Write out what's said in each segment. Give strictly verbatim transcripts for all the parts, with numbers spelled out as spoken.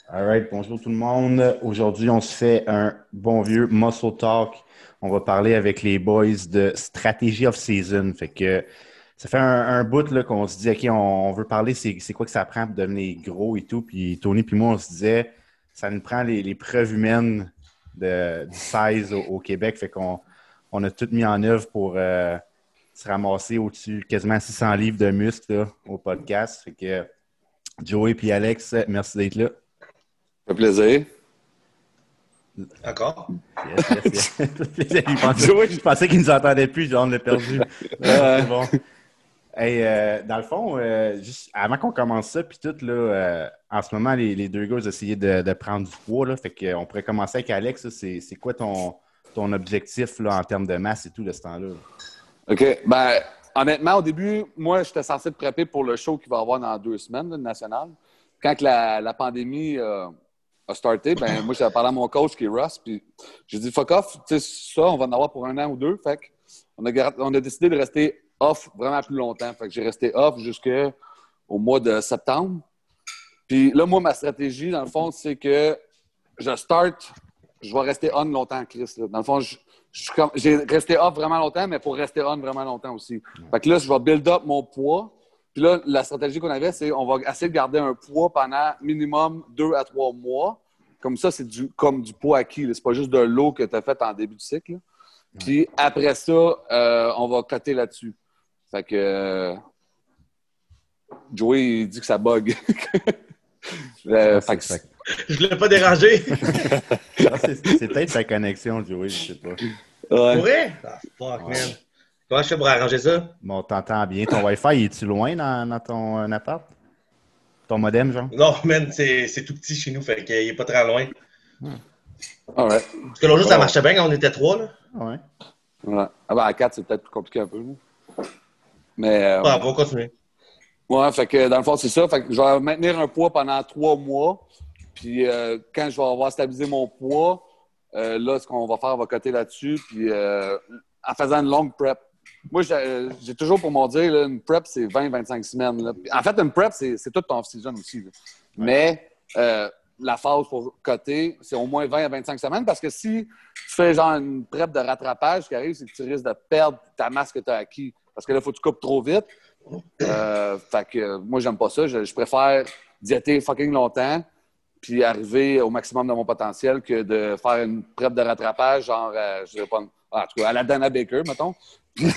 All right, bonjour tout le monde. Aujourd'hui, on se fait un bon vieux muscle talk. On va parler avec les boys de stratégie off-season. Fait que ça fait un, un bout là, qu'on se dit, OK, on, on veut parler, c'est, c'est quoi que ça prend pour devenir gros et tout. Puis Tony puis moi, on se disait, ça nous prend les, les preuves humaines de, du size au, au Québec. Fait qu'on on a tout mis en œuvre pour euh, se ramasser au-dessus quasiment six cents livres de muscles là, au podcast. Fait que Joey et Alex, merci d'être là. Ça fait plaisir. Encore? Yes, yes, yes. Il pensait, je pensais qu'il ne nous entendait plus, genre on l'a perdu. Euh, c'est bon. Hey, euh, dans le fond, euh, juste avant qu'on commence ça, puis tout, là, euh, en ce moment, les, les deux gars ont essayé de, de prendre du poids. Là, fait qu'on pourrait commencer avec Alex. Là, c'est, c'est quoi ton, ton objectif là, en termes de masse et tout de ce temps-là? OK. Ben, honnêtement, au début, moi, j'étais censé te prépare pour le show qu'il va y avoir dans deux semaines, là, le national. Quand la, la pandémie euh, a starté, ben moi, j'avais parlé à mon coach qui est Russ, puis j'ai dit fuck off, tu sais, ça, on va en avoir pour un an ou deux. Fait qu'on a, on a décidé de rester off vraiment plus longtemps. Fait que j'ai resté off jusqu'au mois de septembre. Puis là, moi, ma stratégie, dans le fond, c'est que je start, je vais rester on longtemps, Chris. Là. Dans le fond, je, je, j'ai resté off vraiment longtemps, mais pour rester on vraiment longtemps aussi. Fait que là, je vais build up mon poids. Puis là, la stratégie qu'on avait, c'est on va essayer de garder un poids pendant minimum deux à trois mois. Comme ça, c'est du, comme du poids acquis. Là. C'est pas juste de l'eau que tu as fait en début de cycle. Là. Puis après ça, euh, on va coter là-dessus. Fait que euh, Joey, il dit que ça bug. euh, fait que, je voulais pas déranger. Non, c'est, c'est peut-être sa connexion, Joey, je sais pas. Ouais. Pourrait? Ah, fuck, ouais. man. Comment je fais pour arranger ça? Bon, t'entends bien. Ton Wi-Fi, est-tu loin dans, dans ton euh, appart? Ton modem, genre? Non, man, c'est, c'est tout petit chez nous, fait qu'il est pas très loin. Hmm. All right. Parce que l'autre jour, ça marchait bien quand on était trois, là. Ouais. Ouais. Ah ben, à quatre, c'est peut-être plus compliqué un peu. Là. Mais. Euh, ah, on va continuer. Ouais, fait que dans le fond, c'est ça. Fait que je vais maintenir un poids pendant trois mois. Puis euh, quand je vais avoir stabilisé mon poids, euh, là, ce qu'on va faire, on va coter là-dessus. Puis euh, en faisant une longue prep. Moi, j'ai, j'ai toujours pour mon dire, là, une prep, c'est vingt à vingt-cinq semaines. Là. En fait, une prep, c'est, c'est toute ton off-season aussi. Là. Ouais. Mais euh, la phase pour coter, c'est au moins vingt à vingt-cinq semaines parce que si tu fais genre une prep de rattrapage, ce qui arrive, c'est que tu risques de perdre ta masse que tu as acquis. Parce que là, il faut que tu coupes trop vite. Euh, fait que euh, moi, j'aime pas ça. Je, je préfère diéter fucking longtemps puis arriver au maximum de mon potentiel que de faire une prep de rattrapage, genre, euh, je dirais pas, en tout cas, à la Dana Baker, mettons. Puis,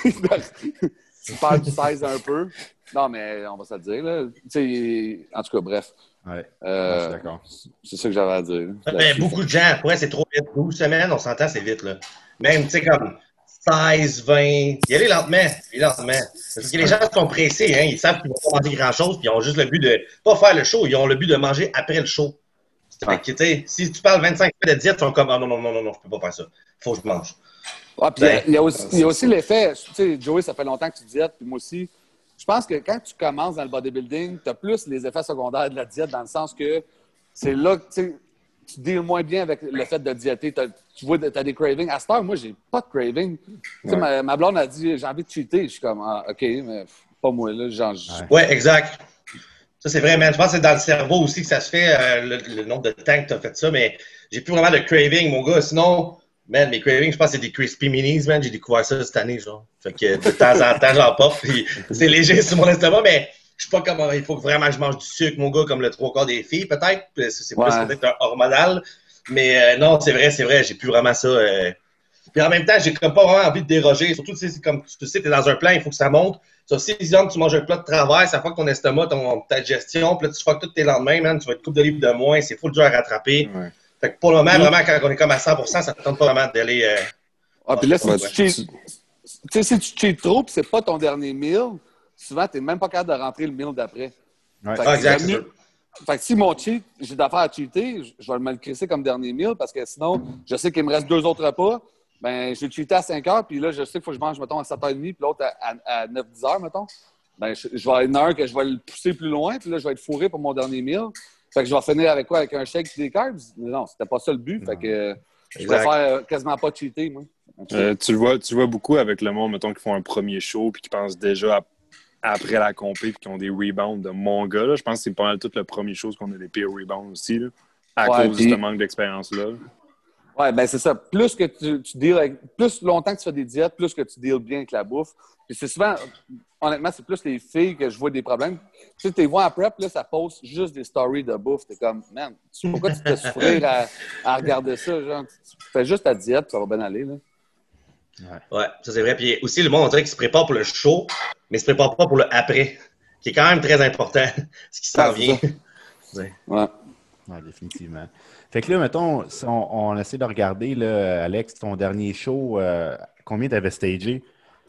faire du seize un peu. Non, mais on va se le dire, là. Tu sais, en tout cas, bref. Ouais, euh, je suis d'accord. C'est ça que j'avais à dire. Mais beaucoup de gens, pour c'est trop vite. douze semaines, on s'entend, c'est vite, là. Même, tu sais, comme seize, vingt, y aller lentement, y aller lentement. Parce que les gens sont pressés, hein, ils savent qu'ils vont pas manger grand-chose, puis ils ont juste le but de pas faire le show, ils ont le but de manger après le show. Fait que, tu sais, si tu parles vingt-cinq minutes de diète, ils sont comme, ah non, non, non, non, non, je peux pas faire ça. Faut que je mange. Ah, puis il y, y a aussi, y a aussi l'effet, tu sais, Joey, ça fait longtemps que tu diètes, puis moi aussi. Je pense que quand tu commences dans le bodybuilding, tu as plus les effets secondaires de la diète dans le sens que c'est là que tu deals moins bien avec le fait de diéter. T'as, tu vois, tu as des cravings. À cette heure, moi, j'ai pas de craving. Ouais. Ma, ma blonde a dit j'ai envie de cheater. Je suis comme, ah, OK, mais pas moi, là. Genre, ouais. ouais, exact. Ça, c'est vrai, man. Je pense que c'est dans le cerveau aussi que ça se fait, euh, le, le nombre de temps que tu as fait ça, mais j'ai plus vraiment de craving, mon gars. Sinon, man, mes cravings, je pense que c'est des crispy minis, man. J'ai découvert ça cette année, genre. Fait que de temps en temps, j'en porte, puis c'est léger sur mon estomac, mais je suis pas comme, il faut que vraiment je mange du sucre, mon gars, comme le trois quarts des filles, peut-être. C'est plus ouais. peut-être un hormonal. Mais euh, non, c'est vrai, c'est vrai, j'ai plus vraiment ça. Euh... Puis en même temps, j'ai comme pas vraiment envie de déroger. Surtout, tu sais, c'est comme tu sais, t'es dans un plan, il faut que ça monte. Ça, si exemple, tu manges un plat de travers, ça fuck ton estomac, ton, ta digestion, puis là, tu fuck tous tes lendemains, man, tu vas être coupe de livres de moins, c'est full dur à rattraper. Ouais. Fait que pour le moment, mmh. vraiment, quand on est comme à cent pour cent, ça ne tente pas vraiment d'aller. Euh... Ah, puis là, si tu cheats, tu sais, si tu cheats trop, puis c'est pas ton dernier meal, souvent, tu n'es même pas capable de rentrer le meal d'après. Ouais. Ah, exact. Mieux... Fait que si mon cheat, j'ai d'affaires à cheater, je vais me le crisser comme dernier meal parce que sinon, je sais qu'il me reste deux autres repas. Ben, j'ai cheaté à cinq heures, puis là, je sais qu'il faut que je mange, mettons, à sept heures trente, puis l'autre à, à, à neuf dix heures, mettons. Ben, je, je vais avoir une heure que je vais le pousser plus loin, puis là, je vais être fourré pour mon dernier meal. Fait que je vais finir avec quoi? Avec un shake et des carbs? Mais non, c'était pas ça le but. Non. Fait que je préfère quasiment pas cheater, moi. Euh, tu, le vois, tu le vois beaucoup avec le monde, mettons, qui font un premier show, puis qui pensent déjà à, après la compé, puis qui ont des rebounds de mon gars. Là. Je pense que c'est pas mal toute la première chose qu'on a des pires rebounds aussi. Là. à Ouais, cause puis- de ce manque d'expérience-là. Ouais, ben c'est ça. Plus que tu, tu deals avec, plus longtemps que tu fais des diètes, plus que tu deals bien avec la bouffe. Puis c'est souvent, honnêtement, c'est plus les filles que je vois des problèmes. Tu sais, tu les vois en prep, là, ça poste juste des stories de bouffe. T'es comme, man, tu- pourquoi tu te fais souffrir à, à regarder ça? Genre, tu, tu fais juste ta diète, ça va bien aller, là. Ouais, ça c'est vrai. Puis aussi, le monde, on dirait qu'il se prépare pour le show, mais il se prépare pas pour le après, qui est quand même très important, ce qui s'en Ouais, c'est vient. ça. Ouais. Ouais. Ouais, définitivement. Fait que là, mettons, si on, on essaie de regarder, là, Alex, ton dernier show, euh, combien t'avais stagé?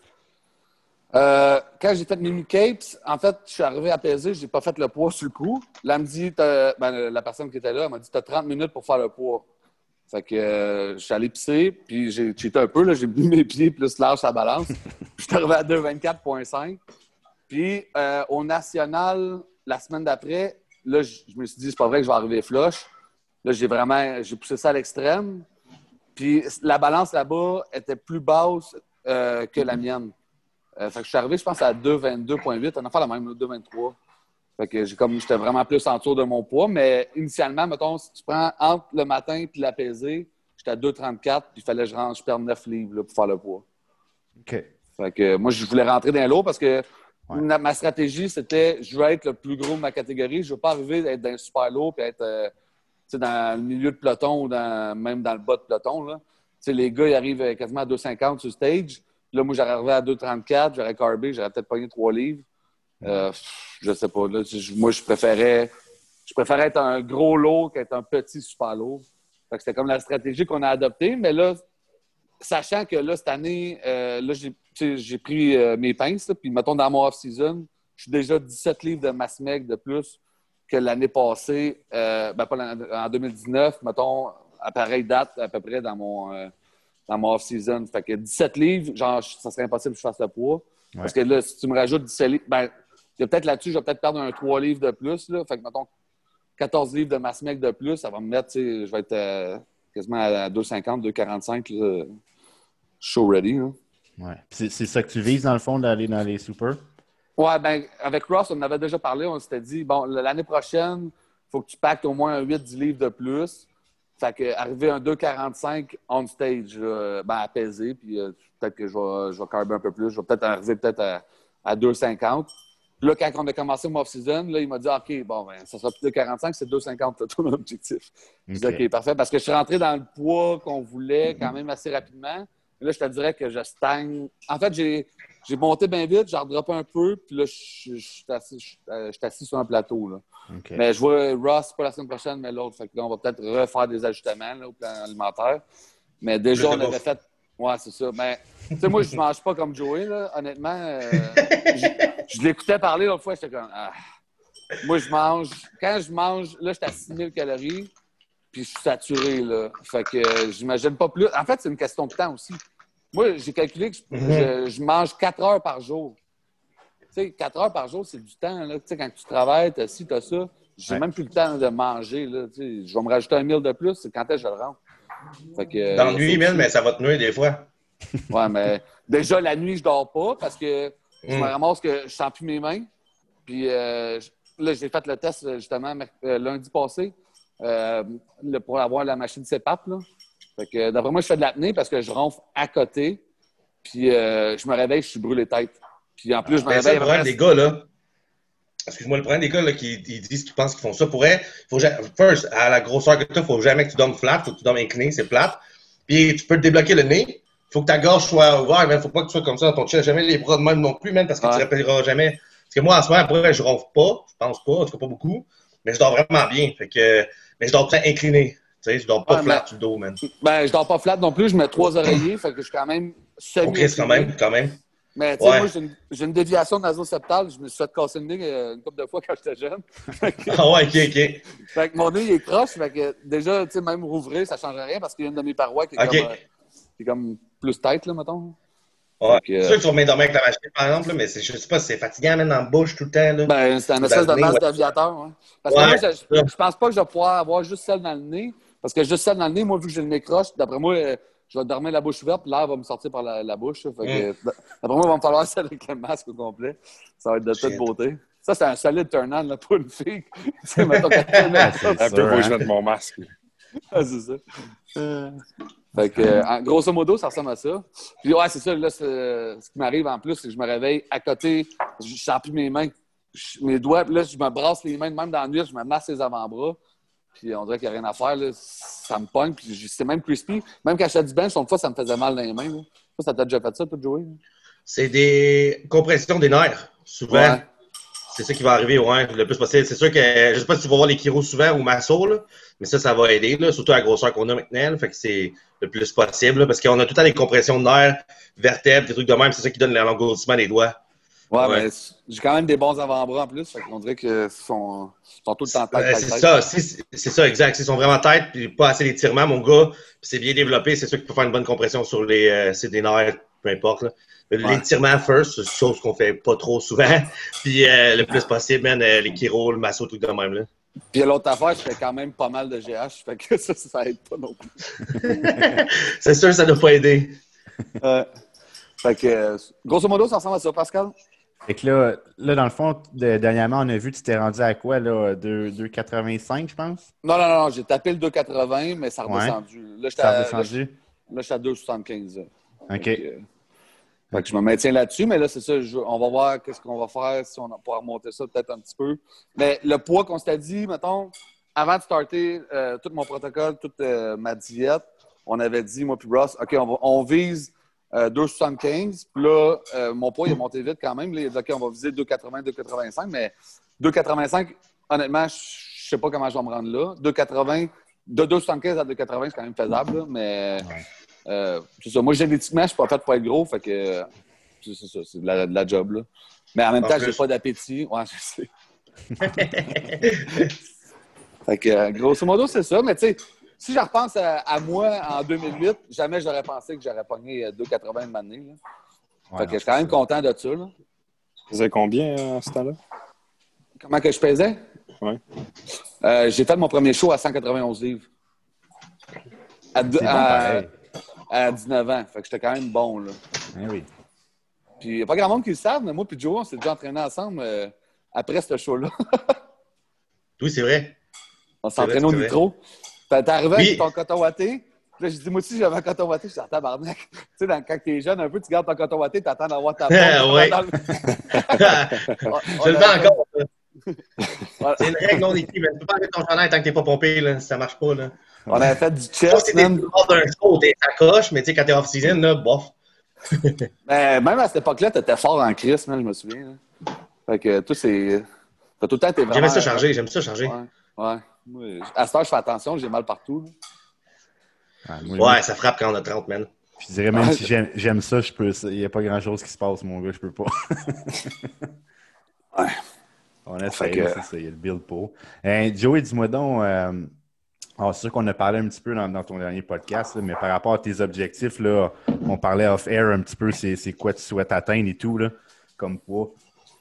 Euh, quand j'ai fait Mimi Capes, en fait, je suis arrivé à peser, j'ai pas fait le poids sur le coup. Là, elle me dit, t'as- ben, la personne qui était là, elle m'a dit, t'as trente minutes pour faire le poids. Fait que euh, je suis allé pisser, puis j'ai cheaté un peu, là, j'ai bu mes pieds plus large à balance. Je suis arrivé à deux vingt-quatre virgule cinq. Puis euh, au national, la semaine d'après, là, je je me suis dit, c'est pas vrai que je vais arriver flush. Là, j'ai vraiment, j'ai poussé ça à l'extrême. Puis la balance là-bas était plus basse euh, que la mienne. Euh, fait que je suis arrivé, je pense, à deux vingt-deux virgule huit. On a fait la même, là, deux vingt-trois. Fait que j'ai comme, j'étais vraiment plus en dessous de mon poids. Mais initialement, mettons, si tu prends entre le matin et la pesée, j'étais à deux trente-quatre, puis il fallait que je, rentre, je perde neuf livres là, pour faire le poids. OK. Fait que moi, je voulais rentrer dans l'eau parce que Ouais. ma, ma stratégie, c'était je veux être le plus gros de ma catégorie. Je veux pas arriver à être dans le super lourd et être euh, tu sais, dans le milieu de peloton ou dans, même dans le bas de peloton. Là. Tu sais, les gars, ils arrivent quasiment à deux cinquante sur stage. Là, moi, j'aurais arrivé à deux trente-quatre, j'aurais carbé, j'aurais peut-être pogné trois livres. Euh, je sais pas. Là, je- moi, je préférais, je préférais être un gros lourd qu'être un petit super lourd. Fait que c'était comme la stratégie qu'on a adoptée. Mais là, sachant que là, cette année, euh, là, j'ai, tu sais, j'ai pris euh, mes pinces, là, puis mettons dans mon off-season, je suis déjà dix-sept livres de masse maigre de plus que l'année passée, euh, ben pas l'année- en deux mille dix-neuf, mettons, à pareille date, à peu près dans mon, euh, dans mon off-season. Fait que dix-sept livres, genre, ça serait impossible que je fasse le poids. Parce que là, si tu me rajoutes dix-sept livres, ben, il y a peut-être là-dessus, je vais peut-être perdre un trois livres de plus, là. Fait que, mettons, quatorze livres de masse maigre de plus, ça va me mettre, tu sais, je vais être euh, quasiment à deux cinquante, deux quarante-cinq, là. Show ready, hein? Ouais. Puis C'est c'est ça que tu vises, dans le fond, d'aller dans les super? Ouais, ben, avec Ross, on en avait déjà parlé. On s'était dit, bon, l'année prochaine, il faut que tu pactes au moins un huit dix livres de plus. Fait que, arriver à un deux quarante-cinq on stage, là, ben, à peser, puis euh, peut-être que je vais, je vais carber un peu plus. Je vais peut-être arriver peut-être à, à deux cinquante. Puis là, quand on a commencé mon off-season, là, il m'a dit, OK, bon, ben, ça sera plus de quarante-cinq, c'est deux cinquante, ton objectif. Je dis, OK. OK, parfait. Parce que je suis rentré dans le poids qu'on voulait quand même assez rapidement. Là, je te dirais que je stagne. En fait, j'ai, j'ai monté bien vite, j'ai redroppé un peu, puis là, je, je, je, suis assis, je, euh, je suis assis sur un plateau. Là. OK. Mais je vois Ross pas la semaine prochaine, mais l'autre. Fait que là, on va peut-être refaire des ajustements là, au plan alimentaire. Mais déjà, Plus on de avait bouffe. fait. Ouais, c'est ça. Mais, tu sais, moi, je mange pas comme Joey, là. Honnêtement, euh, je, je l'écoutais parler l'autre fois, j'étais comme. Ah. Moi, je mange. Quand je mange, là, j'étais à six mille calories, puis je suis saturé, là. Fait que euh, j'imagine pas plus. En fait, c'est une question de temps aussi. Moi, j'ai calculé que je, Mhm. je- je mange quatre heures par jour. Tu sais, quatre heures par jour, c'est du temps, là. Tu sais, quand tu travailles, t'as ci, t'as ça. J'ai Ouais. même plus le temps de manger, là. Tu sais, je vais me rajouter un meal de plus, c'est quand est-ce que je le rentre. Fait que, euh, Dans il y la a ça nuit, man, aussi. mais ça va te nuire des fois. Ouais, mais déjà, la nuit, je dors pas parce que je me Mm. ramasse que je sens plus mes mains. Puis euh, je- là, j'ai fait le test justement merc- euh, lundi passé euh, le- pour avoir la machine C PAP. Là. Fait que d'après moi, je fais de l'apnée parce que je ronfle à côté. Puis euh, je me réveille, je suis brûlé tête. Puis en plus, je me Ben ça, réveille le à peu problème près. des gars, là, excuse-moi, le problème des gars là, qui ils disent qu'ils pensent qu'ils font ça pour elle, faut ja- first, à la grosseur que tu as, il faut jamais que tu dormes flat, faut que tu dormes incliné, c'est plate. Puis tu peux te débloquer le nez, faut que ta gorge soit ouverte, mais faut pas que tu sois comme ça dans ton chest, jamais les bras de même non plus, même parce que tu Ouais. ne rappelleras jamais. Parce que moi, en ce moment, après, je ronfle pas, je pense pas, en tout cas pas beaucoup, mais je dors vraiment bien. Fait que, mais je dors très incliné. Tu sais, je dors pas Ouais, mais flat sur le dos, man. ben, je dors pas flat non plus, je mets trois oreillers, fait que je suis quand même Au Christ, quand même, semi-incliné. quand même. Mais tu sais, Ouais. moi, j'ai une, j'ai une déviation nasoseptale. Je me suis fait casser le nez euh, une couple de fois quand j'étais jeune. Fait que, Ah ouais, ok, ok. fait que mon nez, il est croche. Fait que déjà, tu sais, même rouvrir, ça ne change rien parce qu'il y a une de mes parois qui est, Ok. comme, euh, qui est comme plus tête, là, mettons. Ouais. Fait que, C'est euh, sûr que tu vas bien dormir avec la machine, par exemple, là, mais c'est, je sais pas, c'est fatigant, même dans la bouche tout le temps, là. ben, c'est un Ou dans espèce le de nez, masque ouais. d'aviateur. Ouais. Parce que Ouais, moi, je, c'est ça. je pense pas que je vais pouvoir avoir juste celle dans le nez. Parce que juste celle dans le nez, moi, vu que j'ai le nez croche, d'après moi, euh, je vais dormir la bouche ouverte, puis l'air va me sortir par la, la bouche. Fait que, Mm. euh, d'après moi, il va me falloir celle avec le masque au complet. Ça va être de toute Shit. beauté. ça, c'est un solide turn-on là, pour une fille. C'est mettons qu'elle turn Ah, on. c'est Un peu, sûr, faut que je hein. mette mon masque. Ah, c'est ça. Euh, Fait que, euh, en- grosso modo, ça ressemble à ça. Puis, ouais, c'est ça. Là, c'est- ce qui m'arrive en plus, c'est que je me réveille à côté, je sens plus mes mains, je- mes doigts. Puis là, je me brasse les mains, même dans la nuit, je me masse les avant-bras. Puis on dirait qu'il n'y a rien à faire. Là. Ça me pogne. Puis je- c'est même crispy. Même quand j'étais du bench, une fois, ça me faisait mal dans les mains. Là. Ça, ça t'a déjà fait ça, toi, Joey? C'est des compressions des nerfs, souvent. Ouais. C'est ça qui va arriver, ouais, le plus possible. C'est sûr que, je ne sais pas si tu vas voir les chiros souvent ou masso, là, mais ça, ça va aider, là, surtout à la grosseur qu'on a maintenant. Là, fait que c'est le plus possible, là, parce qu'on a tout le temps des compressions de nerfs, vertèbres, des trucs de même. C'est ça qui donne l'engourdissement des doigts. Ouais, Ouais. mais j'ai quand même des bons avant-bras en plus. Fait qu'on dirait qu'ils sont, sont tout le temps tête, Euh, tête, c'est tête. ça, si- c'est ça, exact. S'ils sont vraiment tête, puis pas assez d'étirement, mon gars, puis c'est bien développé, c'est sûr qu'il peut faire une bonne compression sur les euh, c'est des nerfs, peu importe. Là. L'étirement first, c'est une chose qu'on fait pas trop souvent. Puis euh, le plus possible, man, euh, les chiros, le masso, tout de même. Là. Puis l'autre affaire, je fais quand même pas mal de G H. Fait que ça, ça aide pas non plus. C'est sûr, ça doit pas aider. Ouais. Fait que, euh, grosso modo, ça ressemble à ça, Pascal? Fait que là, là, dans le fond, de- dernièrement, on a vu que tu t'es rendu à quoi, là? deux virgule quatre-vingt-cinq, je pense? Non, non, non, j'ai tapé le deux quatre-vingts, mais ça a Ouais. redescendu. Là, j'étais Ça a à, là, redescendu? je- là, j'étais à deux soixante-quinze. OK. Fait que, euh, fait que je me maintiens là-dessus, mais là, c'est ça. je- on va voir qu'est-ce qu'on va faire, si on va pouvoir remonter ça peut-être un petit peu. Mais le poids qu'on s'était dit, mettons, avant de starter euh, tout mon protocole, toute euh, ma diète, on avait dit, moi puis Ross, OK, on, va, on vise euh, deux soixante-quinze. Puis là, euh, mon poids, il est monté vite quand même. Là, il a dit, OK, on va viser deux quatre-vingts, deux quatre-vingt-cinq. Mais deux quatre-vingt-cinq, honnêtement, je ne sais pas comment je vais me rendre là. deux quatre-vingts, de deux soixante-quinze à deux quatre-vingts, c'est quand même faisable. Là, mais Ouais. euh, c'est ça. Moi, génétiquement, je ne suis pas fait pour être gros. Fait que euh, c'est c'est ça, c'est de la, de la job. Là. Mais en même En temps, plus. j'ai pas d'appétit. Ouais, je sais. Fait que, euh, grosso modo, c'est ça. Mais tu sais, si je repense à, à moi en deux mille huit, jamais j'aurais pensé que j'aurais pogné euh, deux quatre-vingts de m'année. Là. Ouais, Fait que non, je suis quand même c'est ça. content de ça. Là. Tu faisais combien euh, à ce temps-là? Comment que je pesais? Ouais. Euh, j'ai fait mon premier show à cent quatre-vingt-onze livres. À, deux- C'est bon, à- pareil. à dix-neuf ans. Fait que j'étais quand même bon. Là. Eh oui. Puis il n'y a pas grand monde qui le savent, mais moi et Joe, on s'est déjà entraînés ensemble euh, après ce show-là. Oui, c'est vrai. On C'est s'est entraîné au vrai, c'est nitro. T'es t'es arrivé Oui. avec ton coton watté. Puis là, j'ai dit, moi aussi, j'avais un coton watté. Je suis en tabarnak. Tu sais, dans- quand t'es jeune, un peu, tu gardes ton coton watté, t'attends d'avoir ta pompe. Ouais. Dans le- On- on Je le a fais fait- encore. ça. on- C'est une règle non écrite. Tu peux pas mettre ton chandail tant que t'es pas pompé. Là. Ça marche pas. Là. On avait fait du Sauf chest, si t'es man. hors d'un show, t'es sacoche, mais tu sais, quand t'es off-season, là, bof. Mais même à cette époque-là, t'étais fort en crise, man, je me souviens. Là. Fait que tout, c'est. T'as tout le temps été vraiment. J'aimais ça changer, j'aime ça changer. Ouais. Ouais. Moi, à cette heure, je fais attention, j'ai mal partout. Là. Ouais, moi, moi, Ouais, ça frappe quand on a trente, man. je dirais même Ouais. si j'aime j'aime ça, je peux. Il n'y a pas grand-chose qui se passe, mon gars, je peux pas. Ouais. On essaie, Fait que- là, c'est ça, il y a le build pour. Hein, Joey, dis-moi donc, euh, ah, c'est sûr qu'on a parlé un petit peu dans, dans ton dernier podcast, là, mais par rapport à tes objectifs, là, on parlait off-air un petit peu, c'est c'est quoi tu souhaites atteindre et tout, là, comme poids.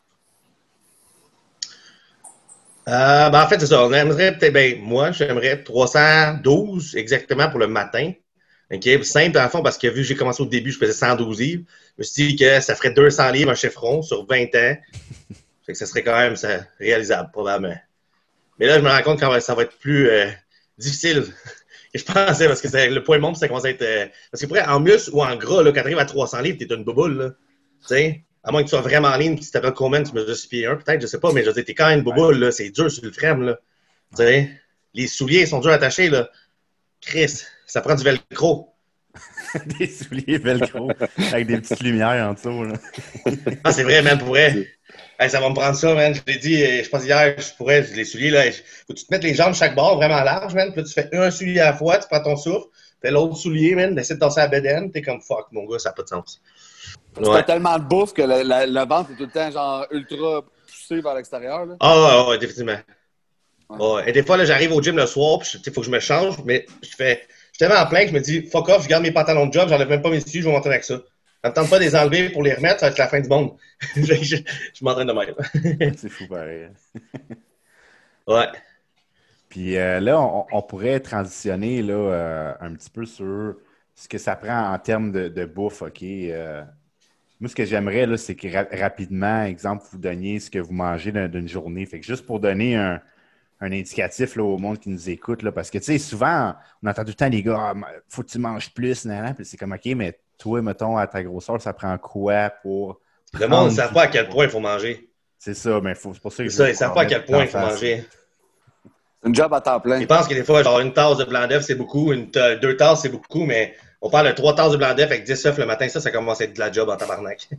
Euh, ben, en fait, c'est ça. On aimerait peut-être, ben, moi, j'aimerais trois cent douze exactement pour le matin. OK? Simple, dans le fond, parce que vu que j'ai commencé au début, je faisais cent douze livres. Je me suis dit que ça ferait deux cents livres un chiffron sur vingt ans. Fait que ça serait quand même ça, réalisable, probablement. Mais là, je me rends compte que ça va être plus euh, difficile que je pensais, parce que c'est- le poids monte, ça commence à être. euh, parce que pour en muscle ou en gras, là, quand tu arrives à trois cents livres, t'es une bouboule, là. Tu sais? À moins que tu sois vraiment ligne, puis tu t'appelles Coleman, tu mesures six pieds un, peut-être, je sais pas, mais je veux dire, t'es quand même une bouboule, là. C'est dur sur le frame, là. Tu sais? Les souliers sont durs à attacher, là. Chris, ça prend du velcro. Des souliers velcro avec des petites lumières en dessous, là. Ah, c'est vrai, man, pour vrai. Hey, ça va me prendre ça, man. Je l'ai dit, euh, je pense hier, je pourrais, les souliers, là. Faut que tu te mettes les jambes chaque bord vraiment large, man. Puis là, tu fais un soulier à la fois, tu prends ton souffle, fais l'autre soulier, man, essaie de danser à la bedaine. T'es comme fuck, mon gars, ça n'a pas de sens. Tu as Ouais. tellement de bouffe que le, la- le ventre est tout le temps genre ultra poussé vers l'extérieur. Là. Ah, ouais, ouais, définitivement. Ouais. Ouais. Et des fois, là, j'arrive au gym le soir, puis il faut que je me change, mais je fais. Je suis tellement en plein que je me dis, fuck off, je garde mes pantalons de job, j'enlève même pas mes tissus, je vais m'entraîner avec ça. Ça me tente pas de les enlever pour les remettre, ça va être la fin du monde. je je, je m'entraîne de même. C'est fou, pareil. Ouais. Puis euh, là, on, on pourrait transitionner là, euh, un petit peu sur ce que ça prend en termes de, de bouffe, OK? Euh, Moi, ce que j'aimerais, là, c'est que ra- rapidement, exemple, vous donniez ce que vous mangez d'un- d'une journée. Fait que juste pour donner un, un indicatif là, au monde qui nous écoute, là, parce que, tu sais, souvent, on entend tout le temps les gars, ah, faut que tu manges plus, nan, nan. Puis c'est comme, OK, mais toi, mettons, à ta grosseur, ça prend quoi pour Le monde ne prendre sait du pas à quel poids? point il faut manger. C'est ça, mais faut- c'est pour ça que C'est je veux ça, ils ne savent leur pas à mettre quel d'en point il faut face. manger. C'est une job à temps plein. Ils pensent que des fois, genre une tasse de blanc d'œuf, c'est beaucoup, une ta- deux tasses, c'est beaucoup, mais on parle de trois tasses de blanc d'œuf avec dix œufs le matin, ça, ça commence à être de la job en tabarnak.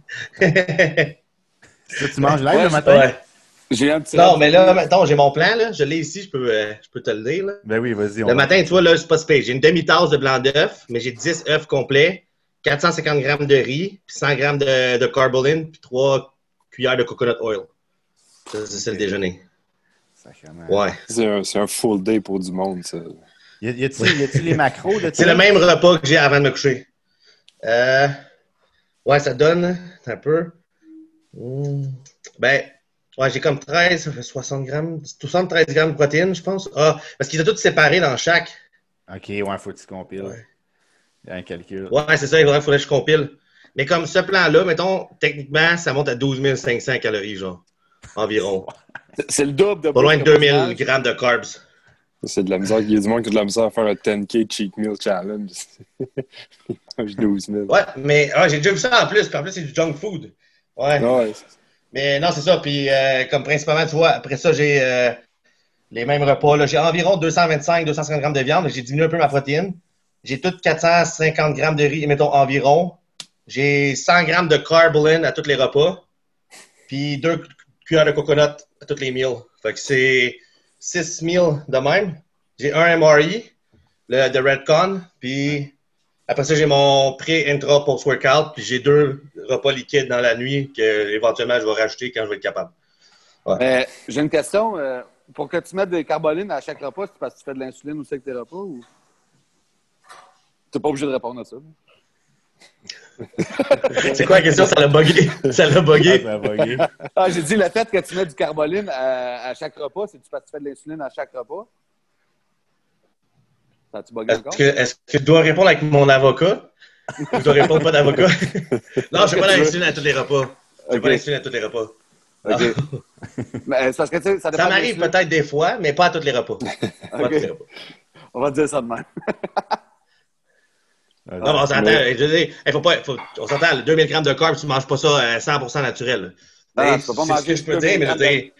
Ça, tu manges live Ouais, le matin? Ouais. J'ai un petit Non, rêve mais de là, vie. mettons, j'ai mon plan, là. Je l'ai ici, je peux, euh, je peux te le dire, là. Ben oui, vas-y. on Le va matin, faire tu vois, là, c'est pas space. J'ai une demi-tasse de blanc d'œuf, mais j'ai dix œufs complets, quatre cent cinquante grammes de riz, puis cent grammes de, de carboline, puis trois cuillères de coconut oil. Ça, c'est c'est le Ok. déjeuner. Sacrément. Ouais. C'est un, c'est un full day pour du monde, ça. Y a- y a-tu y a-tu les macros de C'est ça? le même repas que j'ai avant de me coucher. Euh, ouais, ça donne un peu. Hmm. Ben, ouais, j'ai comme treize, ça fait soixante grammes, soixante-treize grammes de protéines, je pense. Ah, parce qu'ils ont tous séparés dans chaque. OK, ouais, faut que tu compiles. Ouais. Il y a un calcul. Ouais, c'est ça, il faudrait, faudrait que je compile. Mais comme ce plan-là, mettons, techniquement, ça monte à douze mille cinq cents calories, genre, environ. C'est- C'est le double de Pas loin de plus que deux moi, je mille mange. grammes de carbs. C'est de la misère. Il y a du monde qui a de la misère à faire un dix K cheat meal challenge. Il mange douze mille. Ouais, mais ah, j'ai déjà vu ça en plus, puis en plus, c'est du junk food. Ouais. Ouais. Mais non, c'est ça. Puis, euh, comme principalement, tu vois, après ça, j'ai euh, les mêmes repas. Là. J'ai environ deux cent vingt-cinq à deux cent cinquante grammes de viande. J'ai diminué un peu ma protéine. J'ai tout quatre cent cinquante grammes de riz, mettons, environ. J'ai cent grammes de carboline à tous les repas. Puis deux cuillères de coconut à tous les meals. Fait que c'est six meals de même. J'ai un M R E, le de Redcon. Puis après ça, j'ai mon pré-intra post-workout. Puis j'ai deux repas liquides dans la nuit que éventuellement je vais rajouter quand je vais être capable. Mais j'ai une question. euh, pour que tu mettes des carbolines à chaque repas, c'est parce que tu fais de l'insuline aussi avec tes repas ou? T'es pas obligé de répondre à ça. C'est quoi la question? Ça l'a bugué. Ça l'a Ah, bugué. ça a bugué. Ah, j'ai dit le fait que tu mets du carboline à, à chaque repas, c'est-tu parce que tu fais de l'insuline à chaque repas? Ça a-tu bugué Est-ce encore? que, est-ce que je dois répondre avec mon avocat? Ou je dois répondre pas d'avocat? Non, je fais pas l'insuline à tous les repas. Je fais Ok. pas l'insuline à tous les repas. OK. Mais c'est parce que tu sais, ça dépend Ça de m'arrive l'insuline. peut-être des fois, mais pas à tous les repas. Pas à Ok. tous les repas. On va dire ça de même. Non, mais on s'entend. mais- Je veux dire, il faut pas, faut- on s'entend, le deux mille grammes de carbs, tu ne manges pas ça à cent pour cent naturel. Ah, Mais tu peux pas c'est ce manger que je peux deux dire, mille mais je veux grammes dire,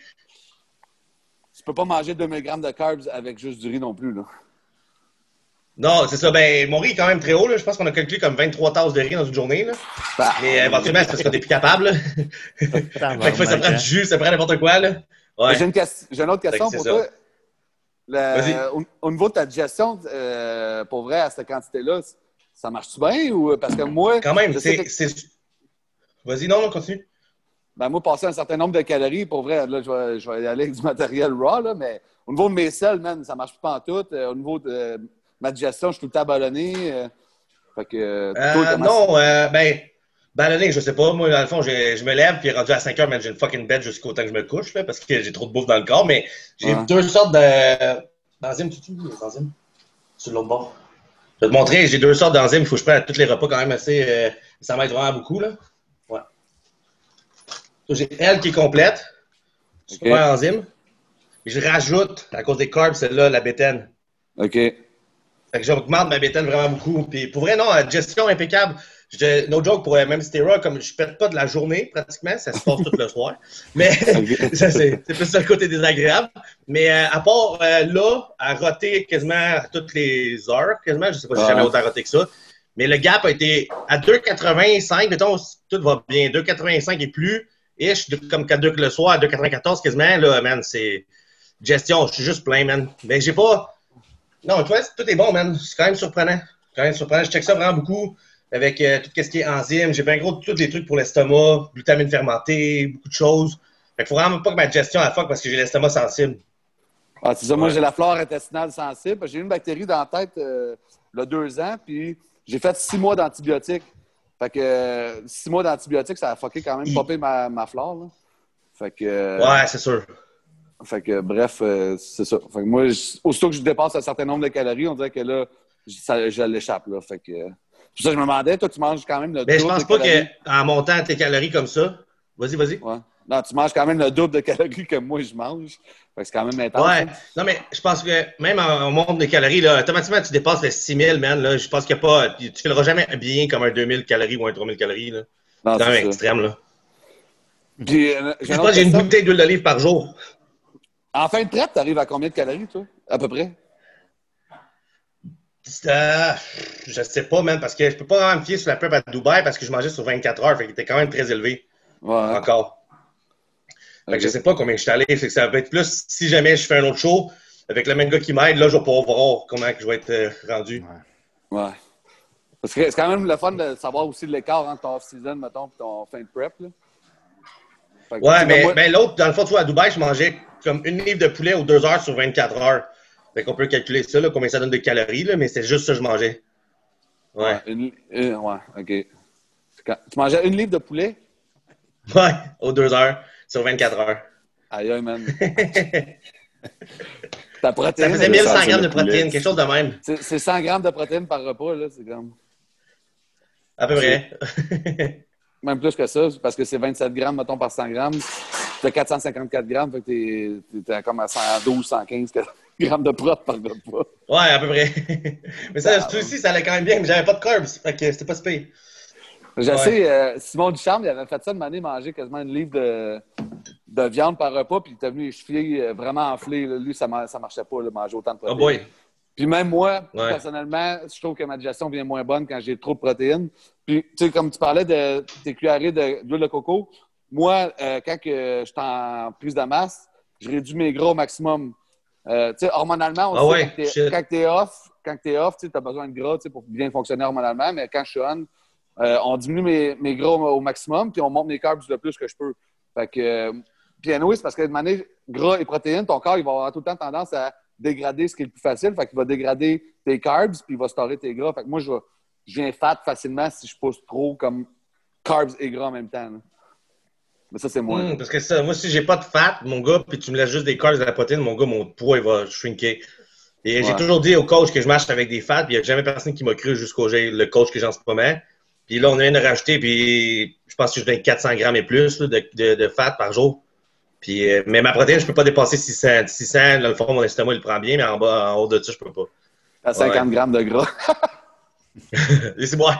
Tu peux pas manger deux mille grammes de carbs avec juste du riz non plus, là. non, c'est ça. Ben, mon riz est quand même très haut. Là. Je pense qu'on a calculé comme vingt-trois tasses de riz dans une journée. Là. Bah, Mais euh, éventuellement, c'est parce qu'on n'est plus capable. Là. Fait que ça prend du jus, ça prend n'importe quoi. Là. Ouais. J'ai une, ques- j'ai une autre question Fait que pour c'est toi. ça. Le- Vas-y. au, au niveau de ta digestion, euh, pour vrai, à cette quantité-là, ça marche-tu bien ou parce que moi, Quand même, je sais c'est. que- c'est- Vas-y, non, non, continue. ben, moi, passer un certain nombre de calories, pour vrai, là, je vais, je vais y aller avec du matériel raw, là, mais au niveau de mes selles, man, ça marche pas en tout. Euh, au niveau de euh, ma digestion, je suis tout le temps ballonné. euh, fait que, euh, toi, Euh, comment non, euh, ben, ballonné, je sais pas. Moi, dans le fond, je, je me lève, puis rendu à cinq heures, man, j'ai une fucking bed jusqu'au temps que je me couche, là, parce que j'ai trop de bouffe dans le corps. Mais j'ai Ouais. deux sortes de. D'enzymes, tu tu les enzymes? Sur l'autre bord. Je vais te montrer, j'ai deux sortes d'enzymes. Il faut que je prenne à tous les repas quand même assez. Euh, ça m'aide vraiment beaucoup, là. Ouais. J'ai elle qui est complète. Super Ok. enzyme. Et je rajoute, à cause des carbs, celle-là, la bétaine. OK. Fait que j'augmente ma bétaine vraiment beaucoup. Puis pour vrai, non, la gestion impeccable. Je, no joke, pour euh, même stéroïde, comme je pète pas de la journée pratiquement, ça se passe tout le soir. Mais ça, c'est, c'est plus ça le côté désagréable. Mais euh, à part euh, là, à roter quasiment à toutes les heures, quasiment, je sais pas si j'ai Ouais. jamais autant roté que ça. Mais le gap a été à deux virgule quatre-vingt-cinq, mettons, si tout va bien, deux virgule quatre-vingt-cinq et plus, ish, de- comme quatre deux le soir, à deux virgule quatre-vingt-quatorze quasiment, là, man, c'est gestion, je suis juste plein, man. Mais j'ai pas. Non, toi, tout est bon, man. C'est quand même surprenant. Quand même surprenant. Je check ça vraiment beaucoup avec euh, tout ce qui est enzymes. J'ai bien gros tous les trucs pour l'estomac, glutamine fermentée, beaucoup de choses. Fait qu'il faut vraiment pas que ma digestion la fuck parce que j'ai l'estomac sensible. Ah, c'est ça, moi, Ouais. j'ai la flore intestinale sensible. J'ai eu une bactérie dans la tête euh, il y a deux ans, puis j'ai fait six mois d'antibiotiques. Fait que euh, six mois d'antibiotiques, ça a fucké quand même I- popé ma, ma flore. Là. Fait que, euh, Ouais, c'est sûr. fait que bref, euh, c'est ça. Fait que moi, je- aussitôt que je dépasse un certain nombre de calories, on dirait que là, je, ça, je l'échappe. Là. Fait que, euh, C'est ça que je me demandais. Toi, tu manges quand même le Mais double je pense de pas calories. qu'en montant tes calories comme ça. Vas-y, vas-y. Ouais. Non, tu manges quand même le double de calories que moi, je mange. Fait que c'est quand même intense. Ouais. Hein. Non, mais je pense que même en, en monde de calories, là, automatiquement, tu dépasses les six mille, man. Là. Je pense qu'il n'y a pas. Tu ne fileras jamais bien comme un deux mille calories ou un trois mille calories. Là. Non, C'est quand c'est même ça. extrême, là. Puis, euh, j'ai Je une pense autre que j'ai une question. bouteille d'huile d'olive par jour. En fin de prep, tu arrives à combien de calories, toi? À peu près? Euh, je sais pas, man, parce que je peux pas vraiment me fier sur la prep à Dubaï parce que je mangeais sur vingt-quatre heures. Fait qu'il était quand même très élevé. Ouais. Encore. Fait Ok. que je sais pas combien je suis allé. Fait que ça va être plus si jamais je fais un autre show avec le même gars qui m'aide, là, je vais pouvoir voir comment que je vais être euh, rendu. Ouais. Ouais. Parce que c'est quand même le fun de savoir aussi l'écart entre ton off-season, mettons, et ton fin de prep. Là. Fait que, tu Ouais, sais, mais, moi- mais l'autre, dans le fond, tu vois, à Dubaï, je mangeais comme une livre de poulet aux deux heures sur vingt-quatre heures. Fait qu'on peut calculer ça, là, combien ça donne de calories, là, mais c'est juste ça que je mangeais. Ouais. Ouais, une, une- ouais, OK. C'est quand- Tu mangeais une livre de poulet? Ouais, aux deux heures sur vingt-quatre heures. Aïe, aïe, man. Ta protéine, Ça faisait là, mille cent centimes grammes de de protéines, poulet. quelque chose de même. c'est, c'est cent grammes de protéines par repas, là, c'est comme... À peu près. Même plus que ça, parce que c'est vingt-sept grammes, mettons, par cent grammes. T'as quatre cent cinquante-quatre grammes, fait que t'es, t'es, t'es comme à cent douze, cent quinze grammes de prot par repas. Ouais, à peu près. Mais ça, Ah, ça aussi, ça allait quand même bien, mais j'avais pas de carbs. Fait que c'était pas si pire. Je Ouais. sais, euh, Simon Ducharme, il avait fait ça une année, manger quasiment une livre de, de viande par repas, puis il était venu les chevilles euh, vraiment enflées. Là. Lui, ça ne marchait pas, là, manger autant de Oh protéines. boy. Puis même moi, Ouais. personnellement, je trouve que ma digestion devient moins bonne quand j'ai trop de protéines. Puis, tu sais, comme tu parlais de tes cuillerées de- d'huile de coco, moi, euh, quand que je suis en prise de masse, je réduis mes gras au maximum. Euh, tu sais, hormonalement, on Ah sait ouais, quand t'es- shit. quand t'es off, quand t'es off, tu as besoin de gras tu sais, pour bien fonctionner hormonalement, mais quand je suis on, euh, on diminue mes, mes gras au, au maximum, puis on monte mes carbs le plus que je peux. Fait que, euh, puis anyway, c'est parce que de manière gras et protéines, ton corps il va avoir tout le temps tendance à dégrader ce qui est le plus facile. Fait qu'il va dégrader tes carbs, puis il va storer tes gras. Fait que moi, je, vais- je viens fat facilement si je pousse trop comme carbs et gras en même temps. là. Mais ça, c'est moi. Hum, parce que ça, moi, si j'ai pas de fat, mon gars, puis tu me laisses juste des carbs et de la protéine, mon gars, mon poids, il va shrinker. Et j'ai Ouais. toujours dit au coach que je marche avec des fats, puis il n'y a jamais personne qui m'a cru jusqu'au j'ai le coach que j'ai en ce moment. Puis là, on vient de rajouter, puis je pense que je donne quatre cents grammes et plus là, de, de, de fat par jour. Puis, euh, mais ma protéine, je peux pas dépasser six cents. six cents, dans le fond, mon estomac, il le prend bien, mais en bas, en haut de ça, je peux pas. À cinquante Ouais. grammes de gras. Laissez-moi.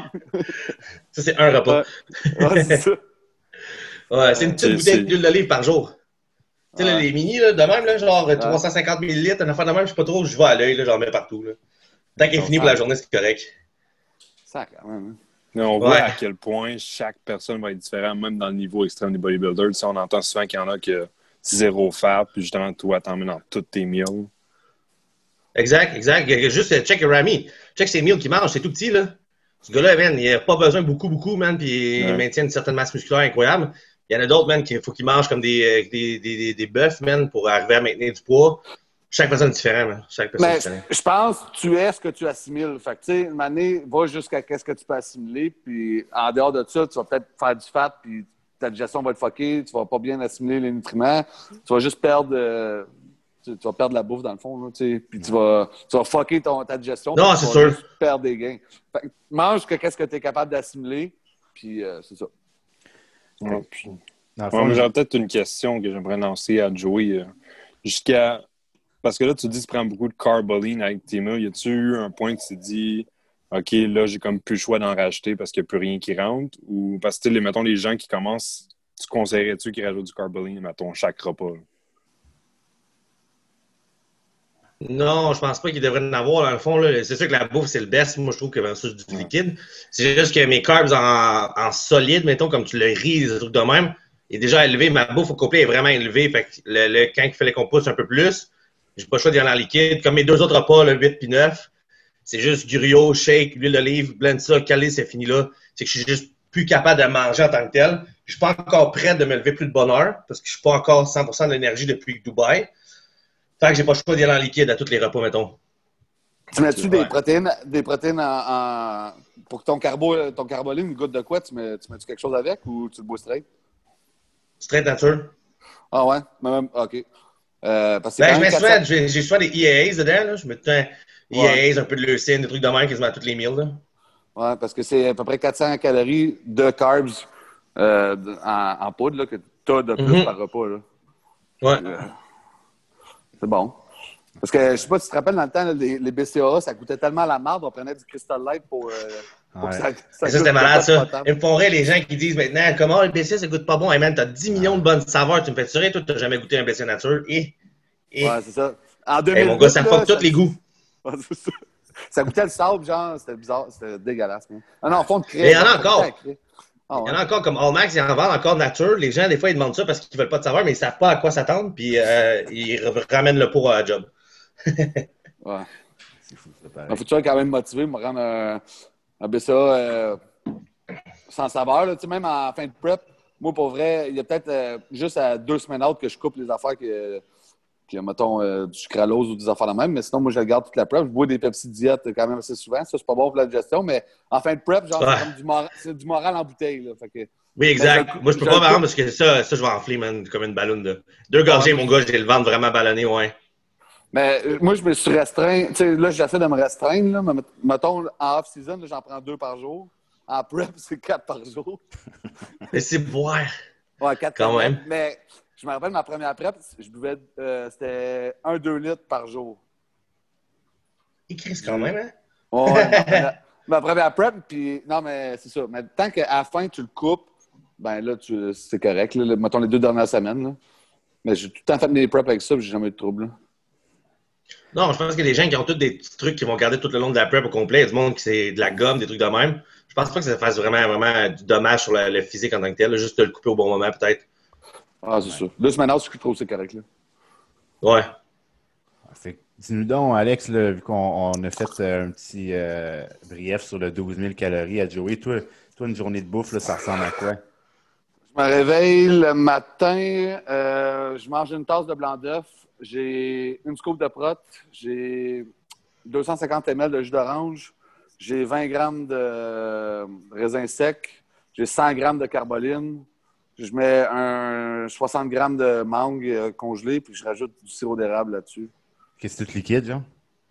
Ça, c'est un repas. Ouais, ouais, c'est ça. Ouais, c'est une petite C'est- bouteille c'est- d'huile d'olive par jour. Tu sais, là, Ouais. les mini, là, de même, là, genre trois cent cinquante millilitres, une affaire de même, je sais pas trop, je vais à l'œil, là, j'en mets partout. Là. Tant qu'il est fini pour la journée, c'est correct. Ça, quand même. hein. Mais on voit Ouais. à quel point chaque personne va être différente, même dans le niveau extrême des bodybuilders. Tu sais, on entend souvent qu'il y en a qui ont zéro fat, puis justement, toi, t'en mets dans toutes tes meals. Exact, exact. Il y a juste euh, check Rami. Check ses meals qu'il mange, c'est tout petit, là. Ce gars-là, man, il a pas besoin beaucoup, beaucoup, man, puis il Ouais. maintient une certaine masse musculaire incroyable. Il y en a d'autres, man, qu'il faut qu'ils mangent comme des, euh, des, des, des, des bœufs, man, pour arriver à maintenir du poids. Chaque personne est différente, man. Chaque personne est Mais différente. je pense que tu es ce que tu assimiles. Fait que, tu sais, une année, va jusqu'à ce que tu peux assimiler. Puis, en dehors de ça, tu vas peut-être faire du fat, puis ta digestion va être fuckée. Tu vas pas bien assimiler les nutriments. Tu vas juste perdre, euh, tu, tu vas perdre la bouffe, dans le fond. Là, tu sais. Puis, tu vas, tu vas fucker ton, ta digestion. Non, puis tu c'est vas sûr. juste perdre des gains. Fait que, mange que qu'est-ce que tu es capable d'assimiler. Puis, euh, c'est ça. Ouais, puis- Dans le Ouais, fond, moi, j'aurais peut-être une question que j'aimerais lancer à Joey. euh, Jusqu'à. Parce que là, tu dis que tu prends beaucoup de carboline avec tes meals. Y a-tu eu un point que tu te dis, OK, là, j'ai comme plus le choix d'en racheter parce qu'il n'y a plus rien qui rentre? Ou parce que, tu sais, mettons, les gens qui commencent, tu conseillerais-tu qu'ils rajoutent du carboline, mettons, chaque repas? là? Non, je pense pas qu'il devrait en avoir, dans le fond. Là. C'est sûr que la bouffe, c'est le best. Moi, je trouve que versus du liquide. C'est juste que mes carbs en, en solide, mettons, comme tu le riz, des trucs de même, est déjà élevé. Ma bouffe au complet est vraiment élevée. Fait que le, le, quand il fallait qu'on pousse un peu plus, j'ai pas le choix d'y aller en liquide. Comme mes deux autres repas, le huit puis neuf, c'est juste griot, shake, huile d'olive, blend ça, calé, c'est fini là. C'est que je suis juste plus capable de manger en tant que tel. Je suis pas encore prêt de me lever plus de bonne heure parce que je suis pas encore cent pour cent de l'énergie depuis Dubaï. Fait que j'ai pas le choix d'y aller en liquide à tous les repas, mettons. Tu mets-tu Ouais. des protéines, des protéines en, en- pour que ton, carbo, ton carboline, une goutte de quoi? Tu mets, tu mets-tu quelque chose avec ou tu le bois straight? Straight nature. Ah ouais? Même, OK. Euh, parce que c'est Ben, quand je même mets quatre souvent, cents j'ai j'ai souvent des E A As dedans, là. Je mets tout un E A As, un peu de leucine, des trucs de même, quasiment à toutes les meals, là. Ouais, parce que c'est à peu près quatre cents calories de carbs euh, en, en poudre là, que tu as de plus mm-hmm. par repas. Là. Ouais. Euh, c'est bon. Parce que je sais pas si tu te rappelles, dans le temps, là, les, les B C A A, ça coûtait tellement la marde, on prenait du Crystal Light pour, euh, pour Ouais. que ça, ça, ça c'était malade, ça. potable. Ils me font rire les gens qui disent maintenant comment le B C A ça goûte pas bon. Hey man, t'as dix millions de bonnes saveurs, tu me fais tirer, toi, t'as jamais goûté un B C A nature. Et, et... Ouais, c'est ça. En hey, deux mille huit, mon gars, ça là, fuck tous ça... les goûts. Ouais, c'est ça. Ça goûtait le sable, genre, c'était bizarre, c'était dégueulasse. Man. Ah non, fond de craie. Mais il y en a ça encore. Ah, il y en ouais. a encore, comme Allmax, ils en vendent encore nature. Les gens, des fois, ils demandent ça parce qu'ils veulent pas de saveur, mais ils savent pas à quoi s'attendre, puis euh, ils ramènent le pot à la job. Ouais. C'est fou, ça, pareil. Il faut que tu sois quand même motivé pour me rendre un, un B C A euh, sans saveur. Là. Tu sais, même en fin de prep, moi, pour vrai, il y a peut-être euh, juste à deux semaines out que je coupe les affaires que, que mettons, euh, du sucralose ou des affaires de même. Mais sinon, moi, je garde toute la prep. Je bois des Pepsi Diète quand même assez souvent. Ça, c'est pas bon pour la digestion. Mais en fin de prep, genre, Ouais. c'est comme du, mor- c'est du moral en bouteille. Là. Fait que, Oui, exact. je, Moi, je peux je pas, le par exemple, coupe. parce que ça, ça, je vais enfler, man, comme une ballonne de. Deux gorgées, Ah, ouais, mon moi, gars, j'ai le ventre vraiment ballonné, ouais. Mais euh, moi, je me suis restreint. Tu sais, là, j'essaie de me restreindre. Là, mais mettons, en off-season, là, j'en prends deux par jour. En prep, c'est quatre par jour. Mais c'est boire. Ouais, quatre Quand canettes. même. Mais je me rappelle, ma première prep, je buvais, euh, c'était un deux litres par jour. Il crisse quand même, hein? Ouais, ma première, ma première prep, puis non, mais c'est ça. Mais tant qu'à la fin, tu le coupes, ben là, tu, c'est correct. Là, mettons les deux dernières semaines. Là. Mais j'ai tout le temps fait mes preps avec ça, puis j'ai jamais eu de trouble. Là. Non, je pense que les gens qui ont tous des petits trucs qui vont garder tout le long de la prep au complet, il y a du monde qui c'est de la gomme, des trucs de même. Je pense pas que ça fasse vraiment, vraiment du dommage sur le, le physique en tant que tel, là, juste de le couper au bon moment, peut-être. Ah, c'est ouais. ça. Deux semaines, je trouve que c'est correct. Là. Ouais. Fait que, dis-nous donc, Alex, là, vu qu'on on a fait euh, un petit euh, brief sur le douze mille calories à Joey, toi, toi, une journée de bouffe, là, ça ressemble à quoi? Je me réveille le matin, euh, je mange une tasse de blanc d'œuf, j'ai une scoop de prot, j'ai deux cent cinquante millilitres de jus d'orange, j'ai vingt grammes de raisin sec, j'ai cent grammes de carboline, je mets un soixante grammes de mangue congelée, puis je rajoute du sirop d'érable là-dessus. Qu'est-ce que c'est tout liquide, genre?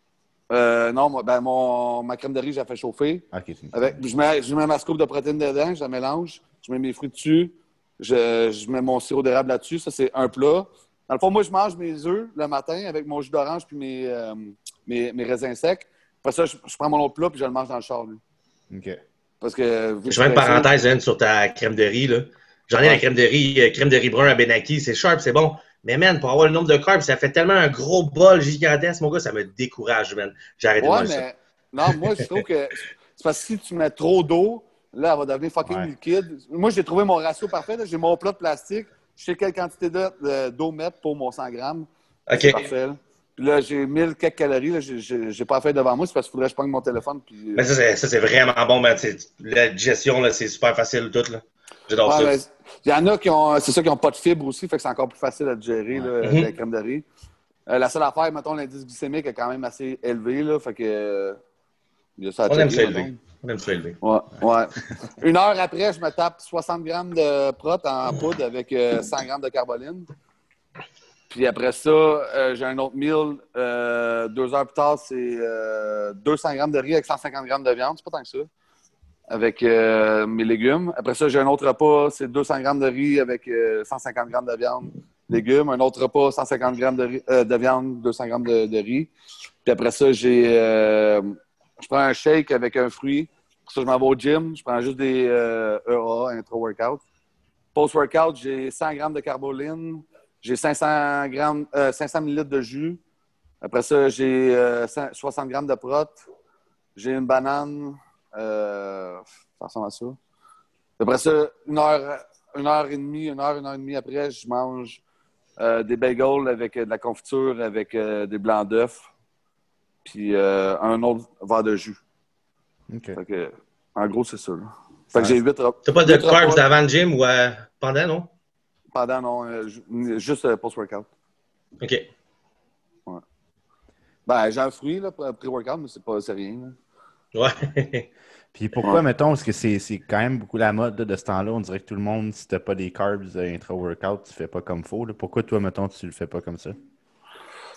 Euh, non, moi, ben, mon, ma crème de riz, je la fais chauffer. Okay, Avec, je, mets, je mets ma scoop de protéines dedans, je la mélange, je mets mes fruits dessus, je, je mets mon sirop d'érable là-dessus. Ça, c'est un plat. Dans le fond, moi, je mange mes œufs le matin avec mon jus d'orange puis mes, euh, mes, mes raisins secs. Après ça, je, je prends mon autre plat puis je le mange dans le char. Lui. OK. Parce que, je fais une parenthèse hein, sur ta crème de riz. Là. J'en ai ouais. la crème de riz, euh, crème de riz brun à Benaki. C'est sharp, c'est bon. Mais man, pour avoir le nombre de carbs, ça fait tellement un gros bol gigantesque, mon gars, ça me décourage, man. J'ai arrêté ouais, de mais... ça. Non, moi, je trouve que c'est parce que si tu mets trop d'eau, là, elle va devenir fucking ouais. liquide. Moi, j'ai trouvé mon ratio parfait. Là. J'ai mon plat de plastique. Je sais quelle quantité d'eau mettre pour mon cent grammes. Okay. C'est parfait. Là. Puis là, j'ai mille quelques calories. Là. J'ai, j'ai, j'ai pas fait devant moi. C'est parce qu'il faudrait que je prenne mon téléphone. Puis... Mais ça, c'est, ça, c'est vraiment bon. Man. C'est, la digestion, là, c'est super facile, tout. Là. J'adore ouais, ça. Il y en a qui ont, c'est ça, qui n'ont pas de fibres aussi. Fait que c'est encore plus facile à digérer, ouais. là, mm-hmm. la crème de riz. Euh, la seule affaire, mettons, l'indice glycémique est quand même assez élevé. Là, fait que, euh, il y a ça à On checker, aime ça élevé. On aime ça élevé. Ouais, ouais. Une heure après, je me tape soixante grammes de prot en poudre avec euh, cent grammes de carboline. Puis après ça, euh, j'ai un autre meal. Euh, deux heures plus tard, c'est euh, deux cents grammes de riz avec cent cinquante grammes de viande. C'est pas tant que ça. Avec euh, mes légumes. Après ça, j'ai un autre repas. C'est deux cents grammes de riz avec euh, cent cinquante grammes de viande, légumes. Un autre repas, cent cinquante grammes de, riz, euh, de viande, deux cents grammes de, de riz. Puis après ça, j'ai... Euh, je prends un shake avec un fruit. Pour ça, je m'en vais au gym. Je prends juste des euh, E A, intra-workout. Post-workout, j'ai cent grammes de carboline. J'ai cinq cents grammes, euh, cinq cents millilitres de jus. Après ça, j'ai euh, soixante grammes de prot. J'ai une banane. Euh, ça ressemble à ça. Après ça, une heure, une heure et demie, une heure, une heure et demie après, je mange euh, des bagels avec euh, de la confiture, avec euh, des blancs d'œufs. Puis euh, un autre verre de jus. OK. Fait que, en gros, c'est ça. Là. Fait que j'ai huit repas. T'as pas de carbs avant le gym ou euh, pendant, non? Pendant, non. Euh, juste euh, post-workout. OK. Ouais. Ben, j'ai un fruit, là, pré-workout, mais c'est pas c'est rien. Là. Ouais. Puis pourquoi, ouais. mettons, parce que c'est, c'est quand même beaucoup la mode là, de ce temps-là, on dirait que tout le monde, si t'as pas des carbs euh, intra-workout, tu fais pas comme faut. Là. Pourquoi toi, mettons, tu le fais pas comme ça?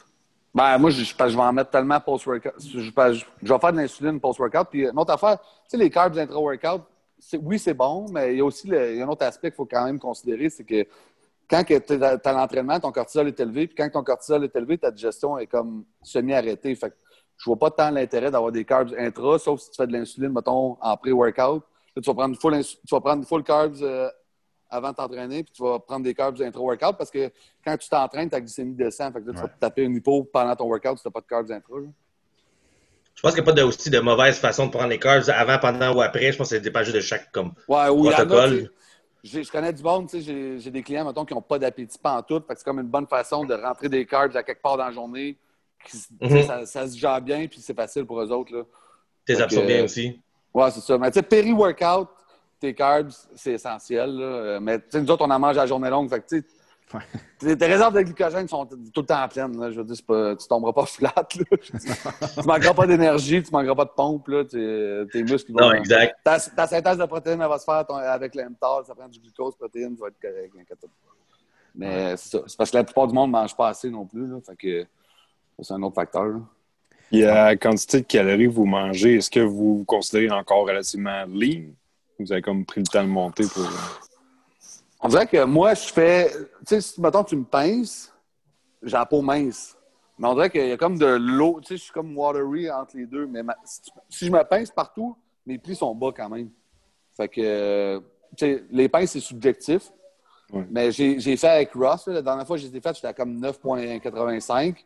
Ben, moi, je, je, je vais en mettre tellement post-workout. Je, je, je vais faire de l'insuline post-workout. Puis, une autre affaire, tu sais, les carbs intra-workout, c'est, oui, c'est bon, mais il y a aussi le, il y a un autre aspect qu'il faut quand même considérer, c'est que quand tu as l'entraînement, ton cortisol est élevé, puis quand ton cortisol est élevé, ta digestion est comme semi-arrêtée. Fait que je vois pas tant l'intérêt d'avoir des carbs intra, sauf si tu fais de l'insuline, mettons, en pré-workout. Là, tu vas prendre full, tu vas prendre full carbs euh, avant de t'entraîner, puis tu vas prendre des carbs intra-workout parce que quand tu t'entraînes, ta glycémie descend. Fait que là, tu ouais. vas te taper une hypo pendant ton workout si tu n'as pas de carbs intra. Là. Je pense qu'il n'y a pas de, aussi de mauvaise façon de prendre les carbs avant, pendant ou après. Je pense que ça dépend juste de chaque comme, ouais, oui, protocole. Je connais du monde, j'ai, j'ai des clients, mettons, qui n'ont pas d'appétit pantoute. Fait que c'est comme une bonne façon de rentrer des carbs à quelque part dans la journée. Qui, mm-hmm. ça, ça se gère bien, puis c'est facile pour eux autres. Tu les absorbes bien aussi. Ouais, c'est ça. Mais tu sais, péri-workout, tes carbs, c'est essentiel. Là. Mais nous autres, on en mange à la journée longue. Fait que tu sais, tes, tes réserves de glycogène sont tout le temps pleines. Là. Je veux dire, c'est pas, tu tomberas pas flat. Là. Tu manqueras pas d'énergie, tu manqueras pas de pompe. Là. Tes, tes muscles vont... Non, exact. Ta, ta synthèse de protéines, elle va se faire ton, avec l'mTOR. Ça prend du glucose, protéines, ça va être correct. Mais ouais. c'est ça. C'est parce que la plupart du monde ne mange pas assez non plus. Là. Fait que c'est un autre facteur. Là. Et à la quantité de calories que vous mangez, est-ce que vous vous considérez encore relativement lean? Vous avez comme pris le temps de monter pour... On dirait que moi, je fais... Tu sais, si, mettons, tu me pinces, j'ai la peau mince. Mais on dirait qu'il y a comme de l'eau. Tu sais, je suis comme watery entre les deux. Mais ma, si, si je me pince partout, mes plis sont bas quand même. Fait que... Tu sais, les pinces, c'est subjectif. Ouais. Mais j'ai, j'ai fait avec Ross. Là, la dernière fois que je les ai faites, j'étais à comme neuf virgule quatre-vingt-cinq.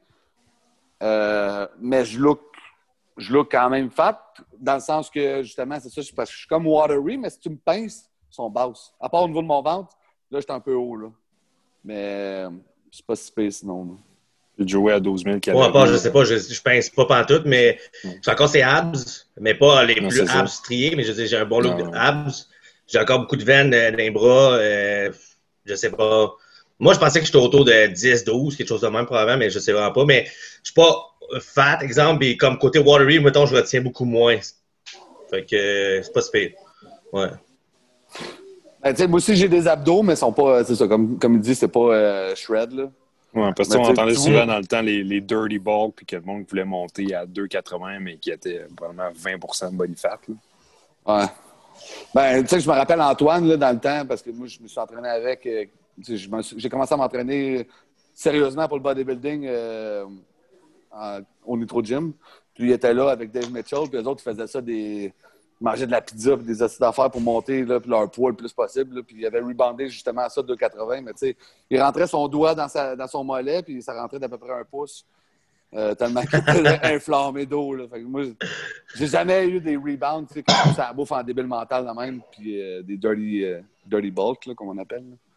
Euh, mais je look... Je look quand même fat, dans le sens que, justement, c'est ça, parce que je suis comme watery, mais si tu me pinces, ils sont basses. À part au niveau de mon ventre, là, je suis un peu haut, là. Mais c'est pas si pire, sinon. J'ai joué à douze mille calories. Moi, à part, je sais pas, je, je pince pas pantoute, mais j'ai encore ces abs, mais pas les non, plus abs striés, mais je veux dire, j'ai un bon look non, de abs. J'ai encore beaucoup de veines dans les bras, euh, je sais pas. Moi, je pensais que j'étais autour de dix, douze, quelque chose de même, probablement, mais je sais vraiment pas. Mais je suis pas fat, exemple, et comme côté watery, mettons, je retiens beaucoup moins. Fait que euh, c'est pas si pire. Ouais. Ben, tu sais, moi aussi, j'ai des abdos, mais ils sont pas, c'est ça, comme, comme il dit, c'est pas euh, shred, là. Ouais, parce qu'on entendait souvent dans le temps les, les dirty bulk, puis que le monde voulait monter à deux quatre-vingts, mais qui était probablement vingt pour cent de body fat, là. Ouais. Ben, tu sais, je me rappelle Antoine, là, dans le temps, parce que moi, je me suis entraîné avec... Euh, je j'ai commencé à m'entraîner sérieusement pour le bodybuilding euh, en, au Nitro Gym. Puis il était là avec Dave Mitchell, puis les autres ils faisaient ça, des, ils mangeaient de la pizza puis des acides d'affaires pour monter là, puis leur poids le plus possible. Là, puis il avait rebandé justement à ça de deux quatre-vingts. Mais tu sais, il rentrait son doigt dans, sa, dans son mollet, puis ça rentrait d'à peu près un pouce. Euh, tellement qu'il était inflammé d'eau. Là. Fait que moi, j'ai jamais eu des rebounds, tu sais, comme ça bouffe en débile mental, là même, puis euh, des dirty, euh, dirty bulk, là, comme on appelle. Là.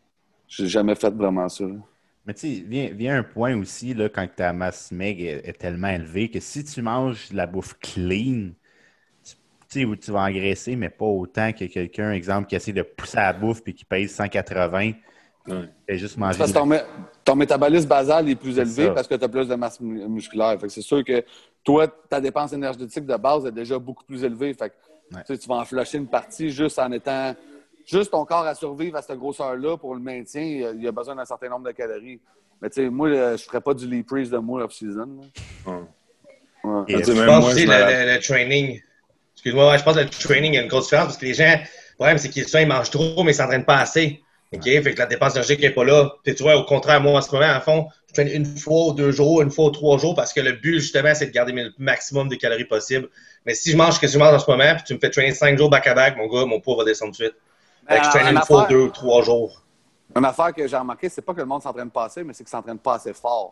J'ai jamais fait vraiment ça. Là. Mais tu sais, vient, vient un point aussi, là, quand ta masse meg est, est tellement élevée, que si tu manges de la bouffe clean, tu sais, où tu vas engraisser, mais pas autant que quelqu'un, exemple, qui essaie de pousser à la bouffe et qui pèse cent quatre-vingts. Ouais. Et juste manger. Parce que ton, ton métabolisme basal est plus c'est élevé ça. Parce que tu as plus de masse musculaire. Fait que c'est sûr que toi, ta dépense énergétique de base est déjà beaucoup plus élevée. Fait que ouais. tu sais, tu vas en flusher une partie juste en étant... Juste ton corps à survivre à cette grosseur-là pour le maintien, il y a besoin d'un certain nombre de calories. Mais tu sais, moi, je ne ferais pas du Lee Priest de moi off-season. Ouais. Ouais. Et je pense aussi le, le, le training. Excuse-moi, ouais, je pense que le training, il y a une grosse différence parce que les gens, le problème, c'est qu'ils ils mangent trop, mais ils ne s'entraînent pas assez. OK? Ouais. Fait que la dépense énergétique n'est pas là. Puis, tu vois, au contraire, moi, en ce moment, à fond, je traîne une fois ou deux jours, une fois ou trois jours parce que le but, justement, c'est de garder le maximum de calories possible. Mais si je mange ce que je mange en ce moment, puis tu me fais traîner cinq jours back-à-back, mon gars, mon poids va descendre tout de suite. Fait que je traîne une fois, affaire, deux ou trois jours. Une affaire que j'ai remarqué, c'est pas que le monde s'entraîne pas assez, mais c'est qu'il s'entraîne pas assez fort.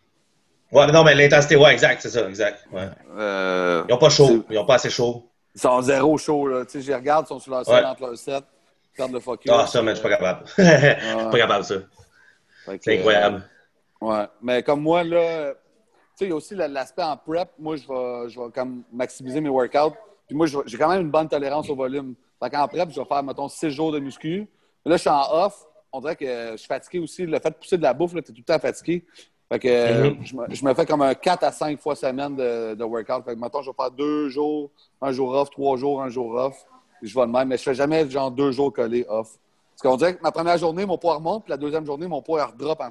Ouais, mais non, mais l'intensité, ouais, exact, c'est ça, exact. Ouais. Euh, ils n'ont pas chaud, ils n'ont pas assez chaud. Ils sont zéro chaud, là. Tu sais, je les regarde, ils sont sur leur set, ouais. entre leur set, ils perdent le focus. Ah, ça, mais je suis pas capable. Je suis pas capable, ça. Que, c'est incroyable. Euh, ouais, mais comme moi, là, tu sais, il y a aussi l'aspect en prep. Moi, je vais, je vais comme maximiser mes workouts. Puis moi, j'ai quand même une bonne tolérance au volume. Fait qu'en prep, je vais faire, mettons, six jours de muscu. Mais là, je suis en off. On dirait que je suis fatigué aussi. Le fait de pousser de la bouffe, tu es tout le temps fatigué. Fait que mm-hmm. je, me, je me fais comme un quatre à cinq fois semaine de, de workout. Fait que, mettons, je vais faire deux jours, un jour off, trois jours, un jour off. Puis je vais de même. Mais je fais jamais, genre, deux jours collés off. Parce qu'on dirait que ma première journée, mon poids remonte. Puis la deuxième journée, mon poids redrop parce que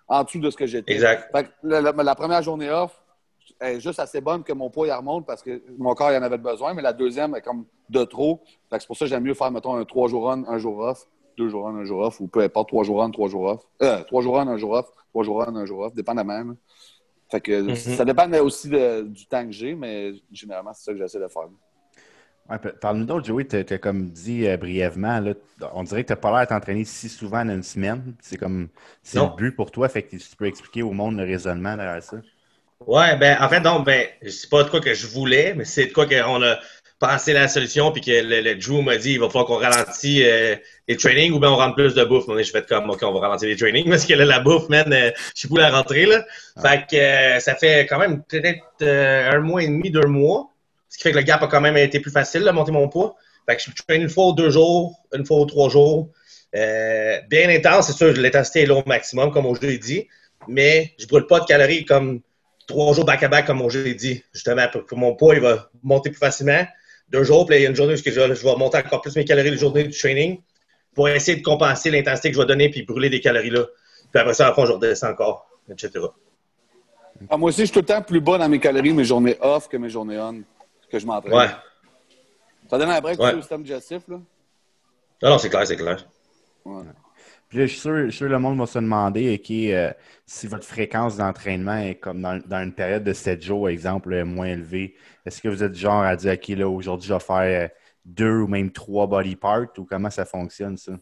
en dessous de ce que j'étais. Exact. Fait que la, la, la première journée off est juste assez bonne que mon poids il remonte parce que mon corps il en avait besoin, mais la deuxième est comme de trop. Fait que c'est pour ça que j'aime mieux faire, mettons, un trois jours on, un jour off, deux jours on, un jour off, ou peu importe, trois jours on, trois jours off. Euh, trois jours on, un jour off, trois jours on, un jour off, dépendamment. Là. Fait que mm-hmm. ça dépend aussi de, du temps que j'ai, mais généralement, c'est ça que j'essaie de faire. Ouais, parle-nous donc, Joey, tu as comme dit euh, brièvement, là, on dirait que tu n'as pas l'air de t'entraîner si souvent dans une semaine. C'est comme c'est le but pour toi, fait que tu peux expliquer au monde le raisonnement derrière ça. Ouais, ben en fait, donc, ben, c'est pas de quoi que je voulais, mais c'est de quoi qu'on a pensé la solution, puis que le, le Drew m'a dit il va falloir qu'on ralentit euh, les trainings ou bien on rentre plus de bouffe. Donc, je fais comme OK, on va ralentir les trainings parce que là, la bouffe, man, euh, je suis pour la rentrée, là. Ah. Fait que euh, ça fait quand même peut-être euh, un mois et demi, deux mois. Ce qui fait que le gap a quand même été plus facile de monter mon poids. Fait que je traîne une fois ou deux jours, une fois ou trois jours. Euh, bien intense, c'est sûr, l'intensité est là au maximum, comme je l'ai dit. Mais je brûle pas de calories comme trois jours back-à-back, comme je l'ai dit. Justement, pour que mon poids il va monter plus facilement. Deux jours, puis il y a une journée où je vais, je vais monter encore plus mes calories la journée du training pour essayer de compenser l'intensité que je vais donner puis brûler des calories là. Puis après ça, à fond, je redescends encore, et cetera. Ah, moi aussi, je suis tout le temps plus bas dans mes calories, mes journées off que mes journées on. Que je m'entraîne. Ouais. Ça donne un break ouais. sur le système digestif, là? Non, non, c'est clair, c'est clair. Ouais. Puis là, je suis sûr, je suis sûr que le monde va se demander okay, euh, si votre fréquence d'entraînement est comme dans, dans une période de sept jours, exemple, euh, moins élevée. Est-ce que vous êtes du genre à dire, OK, là, aujourd'hui, je vais faire euh, deux ou même trois body parts ou comment ça fonctionne, ça?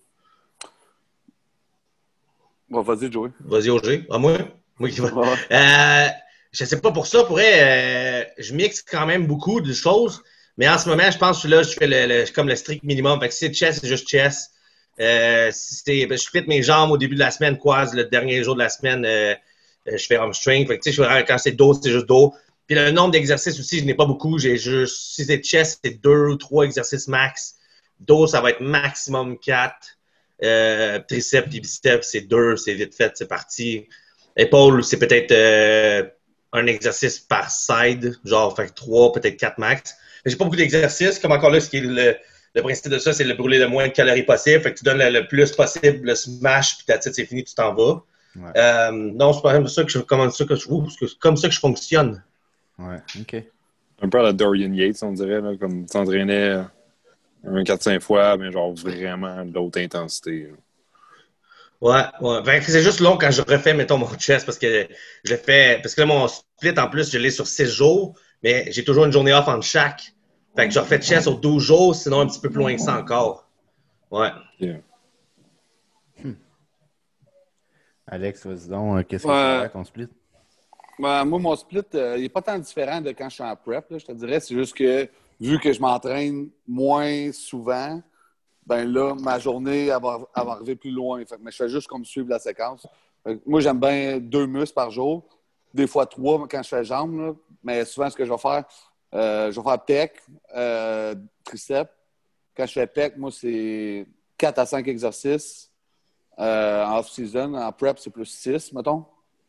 Bon, vas-y, Joey. Vas-y, O G. Ah, moi? Moi qui va. Euh, je sais pas pour ça, pour vrai, euh, je mixe quand même beaucoup de choses, mais en ce moment, je pense que là, je fais le, le, comme le strict minimum. Fait que si c'est chest, c'est juste chest. Euh, si c'est, ben, je split mes jambes au début de la semaine, quasi, le dernier jour de la semaine, euh, je fais hamstring. Fait que, tu sais, quand c'est dos, c'est juste dos. Puis le nombre d'exercices aussi, je n'ai pas beaucoup. J'ai juste, si c'est chest, c'est deux ou trois exercices max. Dos, ça va être maximum quatre. Euh, triceps et biceps, c'est deux, c'est vite fait, c'est parti. Épaule, c'est peut-être euh, un exercice par side, genre fait trois, peut-être quatre max. Mais j'ai pas beaucoup d'exercices. Comme encore là, ce qui est le, le principe de ça, c'est de brûler le moins de calories possible. Fait que tu donnes le, le plus possible, le smash, puis ta tête, c'est fini, tu t'en vas. Ouais. Euh, non, c'est pas comme ça que je comme ça que je ouh, c'est comme ça que je fonctionne. Ouais, OK. Un peu à la Dorian Yates, on dirait, là, comme tu t'entraînais un quatre cinq fois, mais genre vraiment de l'autre intensité. Là. Ouais, ouais. Ben, c'est juste long quand je refais, mettons, mon chest parce que je le fais. Parce que là, mon split, en plus, je l'ai sur six jours, mais j'ai toujours une journée off entre chaque. Fait que je refais chest sur douze jours, sinon un petit peu plus loin que ça encore. Ouais. Yeah. Hmm. Alex, vas-y donc, qu'est-ce que ouais. tu as avec ton split? Ben, moi, mon split, euh, il n'est pas tant différent de quand je suis en prep, là, je te dirais. C'est juste que, vu que je m'entraîne moins souvent, ben là, ma journée, elle va, elle va arriver plus loin. Fait que, mais je fais juste comme suivre la séquence. Fait que, moi, j'aime bien deux muscles par jour. Des fois trois quand je fais jambes. Là. Mais souvent, ce que je vais faire, euh, je vais faire pec, euh, triceps. Quand je fais pec, moi, c'est quatre à cinq exercices. Euh, en off-season, en prep, c'est plus six, mettons.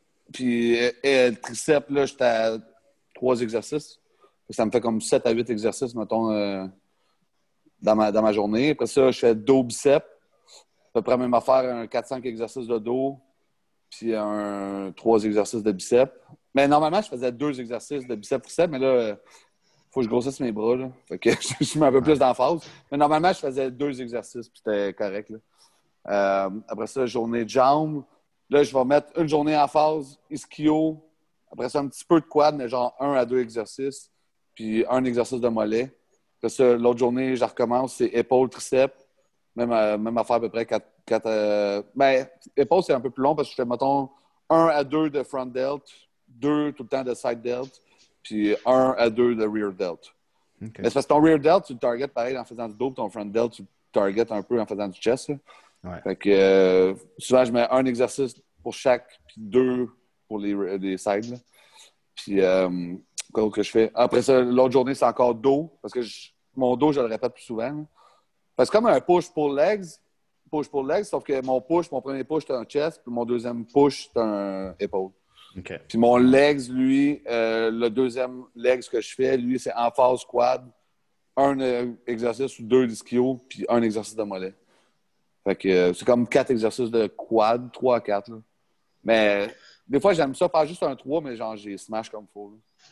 Puis et, et, le triceps, là, j'étais à trois exercices. Ça me fait comme sept à huit exercices, mettons, euh, dans, ma, dans ma journée. Après ça, je fais dos biceps. À peu près même affaire, un quatre cinq exercices de dos, puis un trois exercices de biceps. Mais normalement, je faisais deux exercices de biceps triceps, mais là, il faut que je grossisse mes bras. Là. Fait que je suis un peu plus d'emphase. Mais normalement, je faisais deux exercices, puis c'était correct. Là. Euh, après ça, journée de jambes. Là, je vais mettre une journée en phase, ischio. Après ça, un petit peu de quad, mais genre un à deux exercices. Puis un exercice de mollet. Après ça, l'autre journée, je recommence, c'est épaule, triceps. Même, euh, même affaire à peu près quatre. quatre euh... Ben, épaule, c'est un peu plus long parce que je fais, mettons, un à deux de front delt, deux tout le temps de side delt, puis un à deux de rear delt. Okay. Mais c'est parce que ton rear delt, tu le target pareil en faisant du dos, ton front delt, tu le target un peu en faisant du chest. Là. Ouais. Fait que euh, souvent, je mets un exercice pour chaque, puis deux pour les, les sides. Là. Puis, euh, quoi que je fais? Après ça, l'autre journée, c'est encore dos, parce que je, mon dos, je le répète plus souvent. Là. C'est comme un push-pull legs, push-pull legs, sauf que mon push, mon premier push, c'est un chest, puis mon deuxième push, c'est un épaule. Okay. Puis mon legs, lui, euh, le deuxième legs que je fais, lui, c'est en phase quad, un euh, exercice ou deux d'ischio, puis un exercice de mollet. Fait que euh, c'est comme quatre exercices de quad, trois à quatre. Là. Mais des fois, j'aime ça faire juste un trois, mais genre, j'ai smash comme il faut.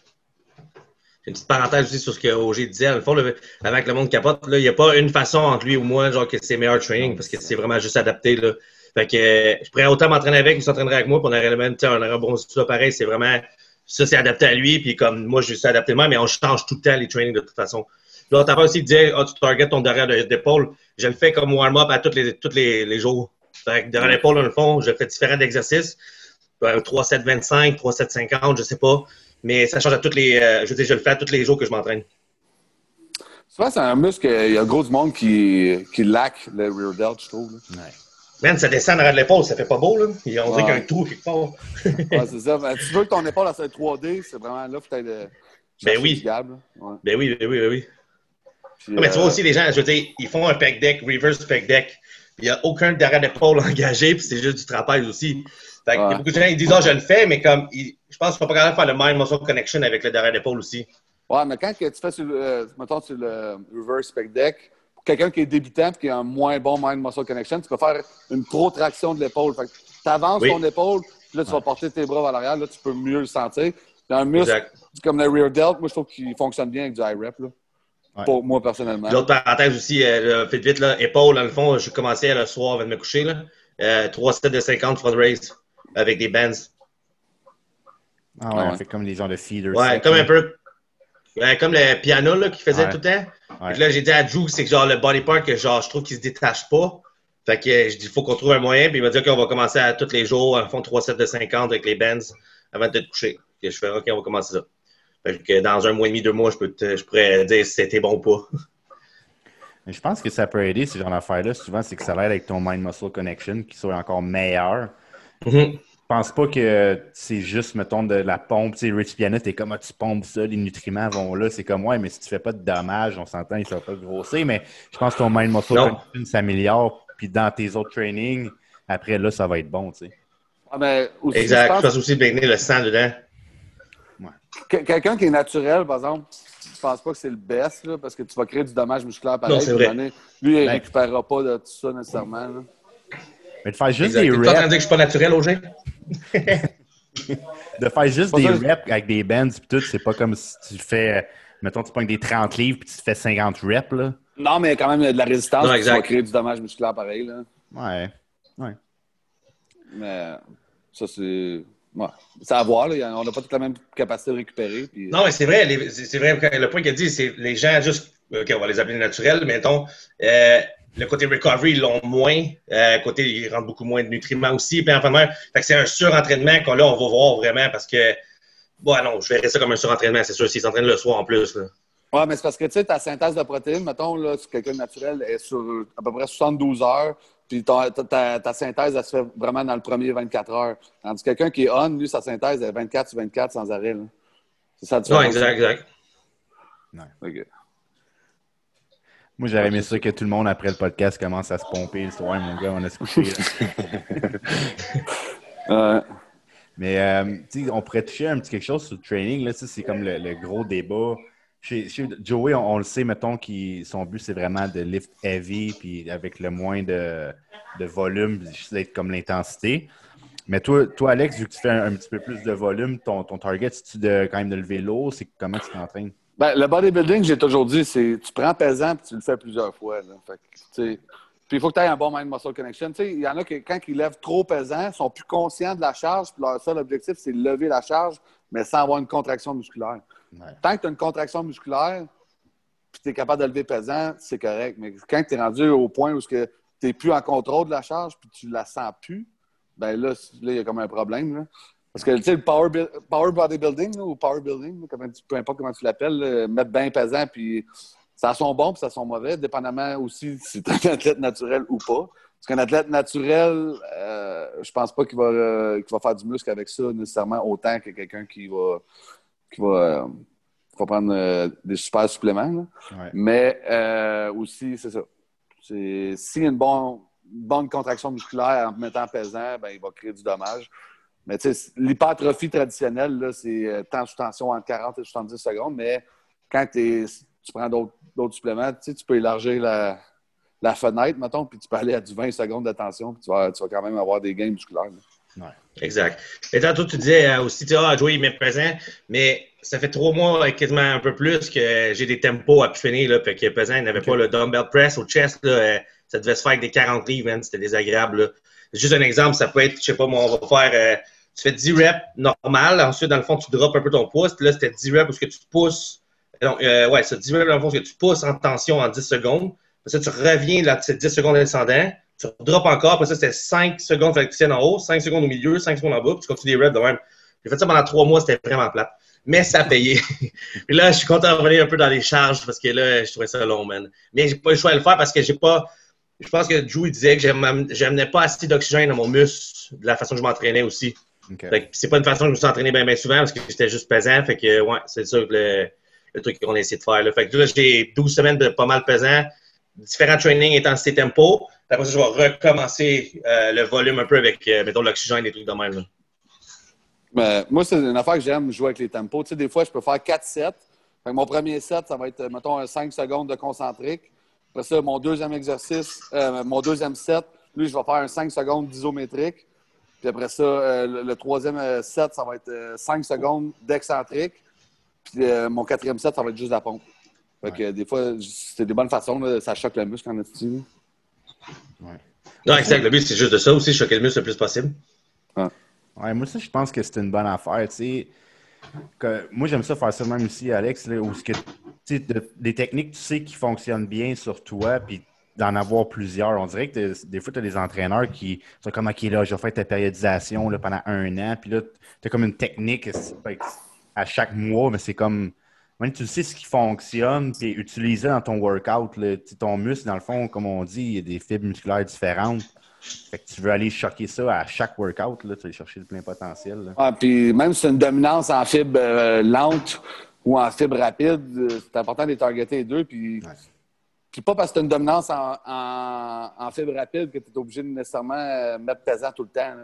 Une petite parenthèse aussi sur ce que Roger disait. Dans le fond, là, avant que le monde capote, là, il n'y a pas une façon entre lui ou moi, genre que c'est meilleur training, parce que c'est vraiment juste adapté. Là. Fait que euh, je pourrais autant m'entraîner avec, il s'entraînerait avec moi, puis on aurait le même, on aurait un bon résultat pareil. C'est vraiment, ça, c'est adapté à lui, puis comme moi, je suis adapté à moi, mais on change tout le temps les trainings de toute façon. Là, t'as pas aussi dit, oh, tu target ton derrière d'épaule. Je le fais comme warm-up à tous les, tous les, les jours. Fait que derrière l'épaule, dans le fond, je fais différents exercices. trois sept vingt-cinq, trois sept cinquante, je sais pas. Mais ça change à tous les. Euh, je veux dire, je le fais à tous les jours que je m'entraîne. Souvent, c'est un muscle, il y a gros du monde qui, qui lack le rear delt, je trouve. Ouais. Man, ça descend derrière de l'épaule, ça fait pas beau, là. On dirait ouais. qu'il y a un trou quelque part. Ouais, c'est ça. Ben, tu veux que ton épaule soit trois D, c'est vraiment là, faut être. Ben oui. Ouais. Ben oui, ben oui, ben oui. Puis, non, mais euh... tu vois aussi, les gens, je veux dire, ils font un pec deck, reverse pec deck. Puis il n'y a aucun derrière d'épaule engagé, puis c'est juste du trapèze aussi. Fait que, ouais. Il y a beaucoup de gens qui disent, ah, oh, je le fais, mais comme, ils, je pense qu'ils ne sont pas capables de faire le mind-muscle connection avec le derrière d'épaule aussi. Ouais, mais quand tu fais sur le, euh, mettons, sur le reverse pec deck, pour quelqu'un qui est débutant et qui a un moins bon mind-muscle connection, tu peux faire une protraction de l'épaule. Fait que tu avances oui. ton épaule, puis là, tu ouais. vas porter tes bras vers l'arrière, là, tu peux mieux le sentir. Puis un muscle exact. Comme le rear delt, moi, je trouve qu'il fonctionne bien avec du high rep, là. Ouais. Pour moi, personnellement. L'autre parenthèse aussi, euh, faites vite, là, épaule, dans le fond, je commençais le soir avant de me coucher, là. Euh, trois sets de cinquante front raise avec des bands. Ah ouais, ouais. On fait comme les gens de feeder. Ouais, comme là. Un peu. Ouais, comme le piano là, qu'il faisait ouais. tout le temps. Ouais. Là, j'ai dit à Drew, c'est que genre le body part, que genre, je trouve qu'il se détache pas. Fait que je dis, il faut qu'on trouve un moyen. Puis il m'a dit, OK, on va commencer à tous les jours, en fond, trois sets de cinquante avec les bands avant de te coucher. Que je fais, OK, on va commencer ça. Fait que dans un mois et demi, deux mois, je, peux te, je pourrais dire si c'était bon ou pas. Mais je pense que ça peut aider, ce genre d'affaires-là. Souvent, c'est que ça l'aide avec ton mind-muscle connection, qui soit encore meilleur. Mm-hmm. Je pense pas que c'est juste, mettons, de la pompe. Tu sais, Rich Piana, t'es comme, ah, tu pompes ça, les nutriments vont là. C'est comme, ouais, mais si tu fais pas de dommages, on s'entend, ils ne sont pas grossir. Mais je pense que ton mind-muscle connection s'améliore. Puis dans tes autres trainings, après, là, ça va être bon, tu sais. Ah, mais aussi, exact. Je pense, je pense aussi de baigner le sang dedans. Ouais. Quelqu'un qui est naturel, par exemple, je pense pas que c'est le best, là, parce que tu vas créer du dommage musculaire pareil. Non, c'est vrai. Année, lui, il ne récupérera pas de tout ça nécessairement. Là. Mais de faire juste exact. des reps. Tu es en train de dire que je suis pas naturel, O G? De faire juste des reps avec des bands et tout, c'est pas comme si tu fais, mettons, tu pognes des trente livres puis tu fais cinquante reps, là. Non, mais quand même, il y a de la résistance. Non, tu vas créer du dommage musculaire pareil, là. Ouais. Ouais. Mais ça, c'est. Ouais. C'est à voir, là. On n'a pas toute la même capacité de récupérer. Puis... Non, mais c'est vrai, les, c'est vrai. Le point qu'il a dit, c'est les gens juste. OK, on va les appeler naturels, mettons. Euh, le côté recovery, ils l'ont moins. Euh, côté, ils rentrent beaucoup moins de nutriments aussi. Puis enfin, fait que c'est un surentraînement qu'on là, on va voir vraiment parce que. Bon, non, je verrais ça comme un surentraînement, c'est sûr, s'ils s'entraînent le soir en plus. Là. Ouais, mais c'est parce que, tu sais, ta synthèse de protéines, mettons, là, si quelqu'un de naturel est sur à peu près soixante-douze heures. Puis ta, ta, ta synthèse, elle se fait vraiment dans le premier vingt-quatre heures. Tandis que quelqu'un qui est on, lui, sa synthèse est vingt-quatre sur vingt-quatre sans arrêt. Là. C'est ça, tu ouais, exact, exact. Ouais. Okay. Moi, j'aurais aimé ça que tout le monde, après le podcast, commence à se pomper le soir. Mon gars, on a se couché. ouais. Mais, euh, tu sais, on pourrait toucher un petit quelque chose sur le training. Là, c'est comme le, le gros débat. Chez, chez Joey, on, on le sait, mettons, que son but, c'est vraiment de lift heavy, puis avec le moins de, de volume, juste d'être comme l'intensité. Mais toi, toi, Alex, vu que tu fais un, un petit peu plus de volume, ton, ton target, c'est-tu de quand même de lever lourd? C'est comment tu t'entraînes? Ben, le bodybuilding, j'ai toujours dit, c'est tu prends pesant puis tu le fais plusieurs fois. Là. Fait que, puis il faut que tu aies un bon mind-muscle connection. Il y en a qui, quand ils lèvent trop pesant, sont plus conscients de la charge, puis leur seul objectif, c'est de lever la charge, mais sans avoir une contraction musculaire. Ouais. Tant que tu as une contraction musculaire, puis tu es capable de lever pesant, c'est correct. Mais quand tu es rendu au point où tu n'es plus en contrôle de la charge, puis tu la sens plus, ben là, il y a comme un problème. Là. Parce que, tu sais, le power, power bodybuilding, là, ou power building, là, comme, peu importe comment tu l'appelles, là, mettre bien pesant, puis ça sent bon, puis ça sent mauvais, dépendamment aussi si tu es un athlète naturel ou pas. Parce qu'un athlète naturel, euh, je pense pas qu'il va, euh, qu'il va faire du muscle avec ça nécessairement autant que quelqu'un qui va, qui va, euh, qui va prendre euh, des super suppléments. Là. Ouais. Mais euh, aussi, c'est ça. C'est, s'il y a une bonne, bonne contraction musculaire en mettant pesant, ben, il va créer du dommage. Mais tu sais, l'hypertrophie traditionnelle, là, c'est temps sous tension entre quarante et soixante-dix secondes, mais quand t'es, tu prends d'autres, d'autres suppléments, tu sais, tu peux élargir la, la fenêtre, mettons, puis tu peux aller à du vingt secondes de tension, puis tu vas, tu vas quand même avoir des gains musculaires. Là. Ouais. Exact. Et tantôt, tu disais euh, aussi, tu sais, ah, Joey, il met pesant, mais ça fait trois mois, quasiment un peu plus, que j'ai des tempos à pu finir, là, fait que pesant, il n'avait Okay. pas le dumbbell press au chest, là, euh, ça devait se faire avec des quarante livres, man, c'était désagréable, là. Juste un exemple, ça peut être, je sais pas, moi, on va faire, euh, tu fais dix reps normal, ensuite, dans le fond, tu drops un peu ton pouce, puis là, c'était dix reps où que tu te pousses, donc, euh, ouais, ça, dix reps, dans le fond, où que tu pousses en tension en dix secondes, après ça, tu reviens, là, c'est dix secondes descendant, tu drops encore, après ça, c'était cinq secondes, il fallait que tu tiennes en haut, cinq secondes au milieu, cinq secondes en bas, puis tu continues les reps de même. J'ai fait ça pendant trois mois, c'était vraiment plate. Mais ça a payé. Puis là, je suis content de revenir un peu dans les charges parce que là, je trouvais ça long, man. Mais j'ai pas eu le choix de le faire parce que j'ai pas. Je pense que Drew il disait que j'amenais pas assez d'oxygène dans mon muscle de la façon que je m'entraînais aussi. Okay. Fait que c'est pas une façon que je me suis entraîné bien, bien souvent parce que j'étais juste pesant. Fait que, ouais, c'est ça le, le truc qu'on a essayé de faire. Là. Fait que là, j'ai douze semaines de pas mal pesant, différents trainings, intensité, tempo. Puis après ça, je vais recommencer euh, le volume un peu avec, euh, mettons, l'oxygène, des trucs de même. Là. Mais moi, c'est une affaire que j'aime jouer avec les tempos. Tu sais, des fois, je peux faire quatre sets. Fait que mon premier set, ça va être, mettons, un cinq secondes de concentrique. Après ça, mon deuxième exercice, euh, mon deuxième set, lui, je vais faire un cinq secondes d'isométrique. Puis après ça, euh, le, le troisième set, ça va être euh, cinq secondes d'excentrique. Puis euh, mon quatrième set, ça va être juste la pompe. Fait que ouais. Des fois, c'est des bonnes façons. Là, ça choque le muscle en estime. Ouais. Non, exact. Le but, c'est juste de ça aussi, choquer le muscle le plus possible. Ouais. Ouais, moi aussi, je pense que c'est une bonne affaire. Tu sais, que, moi, j'aime ça faire ça même ici, Alex, là, où ce que, tu sais, de, des techniques, tu sais, qui fonctionnent bien sur toi, puis d'en avoir plusieurs. On dirait que des fois, tu as des entraîneurs qui sont comme, OK, là, je vais faire ta périodisation là, pendant un an, puis là, tu as comme une technique à chaque mois, mais c'est comme, même tu sais ce qui fonctionne, puis utiliser dans ton workout. Là, ton muscle, dans le fond, comme on dit, il y a des fibres musculaires différentes. Fait que tu veux aller choquer ça à chaque workout, là, tu vas aller chercher le plein potentiel. Là. Ah, puis même si c'est une dominance en fibre euh, lente ou en fibre rapide, euh, c'est important de les targeter les deux. Puis, ouais. Puis pas parce que tu as une dominance en, en, en fibre rapide que tu es obligé de nécessairement euh, mettre pesant tout le temps. Là,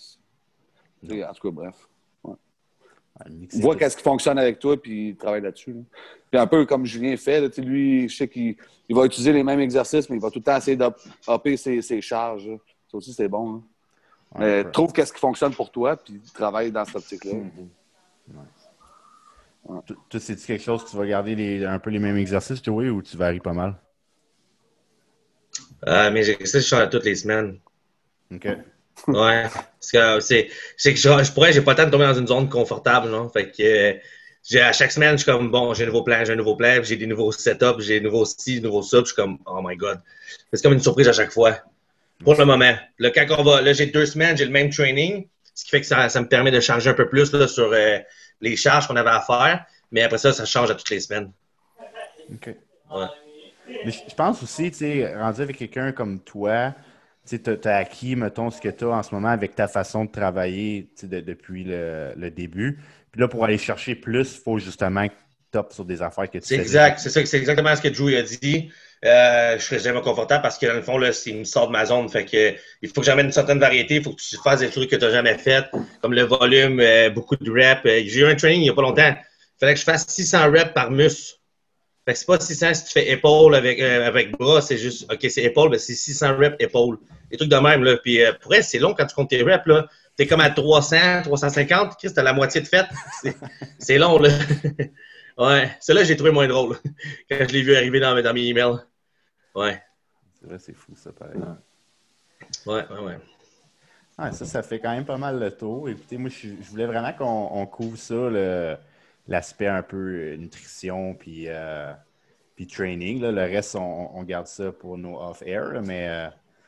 en tout cas, bref. Ouais. Ouais, vois qu'est-ce qui fonctionne avec toi, puis travaille là-dessus. Là. Puis un peu comme Julien fait, là, lui, je sais qu'il il va utiliser les mêmes exercices, mais il va tout le temps essayer d'upper ses, ses charges. Là. Ça aussi, c'est bon. Hein. Ouais, mais trouve qu'est-ce qui fonctionne pour toi, puis travaille dans cette optique-là. Mm-hmm. Ouais. Ouais. Toi, c'est-tu quelque chose que tu vas garder les, un peu les mêmes exercices, toi, ou tu varies pas mal? Euh, mais j'exercices, je change toutes les semaines. OK. Ouais. Parce que c'est, c'est que je, je pourrais, j'ai pas le temps de tomber dans une zone confortable, non? Fait que euh, j'ai, à chaque semaine, je suis comme, bon, j'ai un nouveau plan, j'ai un nouveau plan, j'ai des nouveaux setups, j'ai des nouveaux styles, des nouveaux subs, je suis comme, oh my God. C'est comme une surprise à chaque fois. Pour le moment. Là, quand on va, là, j'ai deux semaines, j'ai le même training, ce qui fait que ça, ça me permet de changer un peu plus là, sur euh, les charges qu'on avait à faire. Mais après ça, ça change à toutes les semaines. OK. Ouais. Mais je pense aussi, tu sais, rendu avec quelqu'un comme toi, tu as acquis, mettons, ce que tu as en ce moment avec ta façon de travailler de, depuis le, le début. Puis là, pour aller chercher plus, il faut justement que tu topes sur des affaires que tu C'est exact. C'est ça, c'est exactement ce que Drew a dit. Euh, je serais jamais confortable parce que dans le fond, là, il me sort de ma zone. Fait que il faut que j'amène une certaine variété. Il faut que tu fasses des trucs que tu n'as jamais fait, comme le volume, euh, beaucoup de reps. Euh, j'ai eu un training il n'y a pas longtemps. Il fallait que je fasse six cents reps par muscle. Fait que c'est pas six cents si tu fais épaule avec, euh, avec bras, c'est juste, OK, c'est épaule, mais c'est six cents reps épaule. Des trucs de même, là. Puis euh, pour elle, c'est long quand tu comptes tes reps, là. T'es comme à trois cents, trois cent cinquante. Chris, t'as la moitié de fait. C'est, c'est long, là. Ouais. Celle-là, j'ai trouvé moins drôle quand je l'ai vu arriver dans, dans mes emails. Ouais. C'est vrai, c'est fou, ça, pareil. Ouais, ouais, ouais. Ah, ça, ça fait quand même pas mal le tour. Écoutez, moi, je, je voulais vraiment qu'on on couvre ça, le, l'aspect un peu nutrition puis, euh, puis training. Là. Le reste, on, on garde ça pour nos off-air, là, mais... Euh...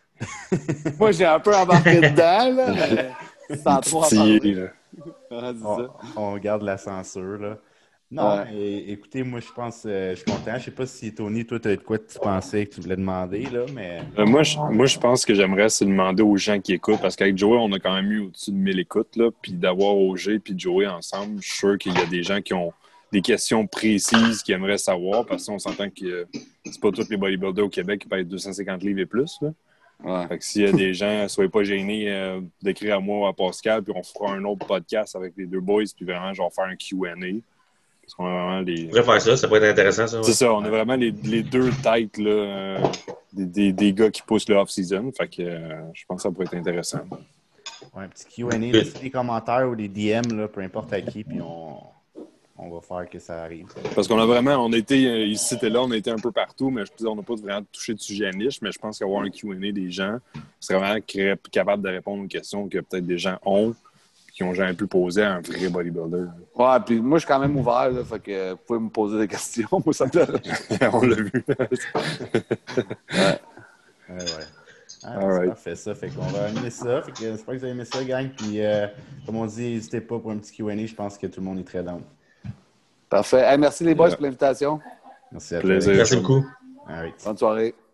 moi, j'ai un peu embarqué dedans, là, mais sans trop en parler. on, on garde la censure, là. Non, ouais. Et, écoutez, moi, je pense, euh, je suis content. Je sais pas si, Tony, toi, tu as de quoi tu pensais que tu voulais demander, là, mais... Euh, moi, je, moi, je pense que j'aimerais c'est demander aux gens qui écoutent, parce qu'avec Joey, on a quand même eu au-dessus de mille écoutes, là, puis d'avoir O G puis Joey ensemble, je suis sûr qu'il y a des gens qui ont des questions précises qu'ils aimeraient savoir, parce qu'on s'entend que euh, c'est pas tous les bodybuilders au Québec qui pèsent deux cent cinquante livres et plus, là. Ouais. Fait que s'il y a des gens, soyez pas gênés euh, d'écrire à moi ou à Pascal, puis on fera un autre podcast avec les deux boys, puis vraiment, je vais faire un Q and A. Parce qu'on a vraiment les... On pourrait faire ça, ça pourrait être intéressant, ça. Ouais. C'est ça, on a vraiment les, les deux têtes, là, euh, des, des, des gars qui poussent le off-season. Fait que euh, je pense que ça pourrait être intéressant. Ouais, un petit Q and A, laissez des commentaires ou des D M, là, peu importe à qui, puis on, on va faire que ça arrive. Parce qu'on a vraiment, on a été euh, ici et là, on a été un peu partout, mais je peux dire, on n'a pas vraiment touché de sujet niche, mais je pense qu'avoir un Q and A des gens, c'est vraiment cré- capable de répondre aux questions que peut-être des gens ont, qui n'ont jamais pu poser à un vrai bodybuilder. Ouais, puis moi, je suis quand même ouvert, là, fait que vous pouvez me poser des questions. Moi, ça me dérange. On l'a vu. Ouais. Ouais, ouais. Ah, All c'est right. parfait, ça. Fait qu'on va animer ça. Fait que j'espère que vous avez aimé ça, gang. Puis, euh, comme on dit, n'hésitez pas pour un petit Q and A. Je pense que tout le monde est très down. Parfait. Hey, merci les boys Yeah. pour l'invitation. Merci à Plaisir. toi. Merci beaucoup. All right. Bonne soirée.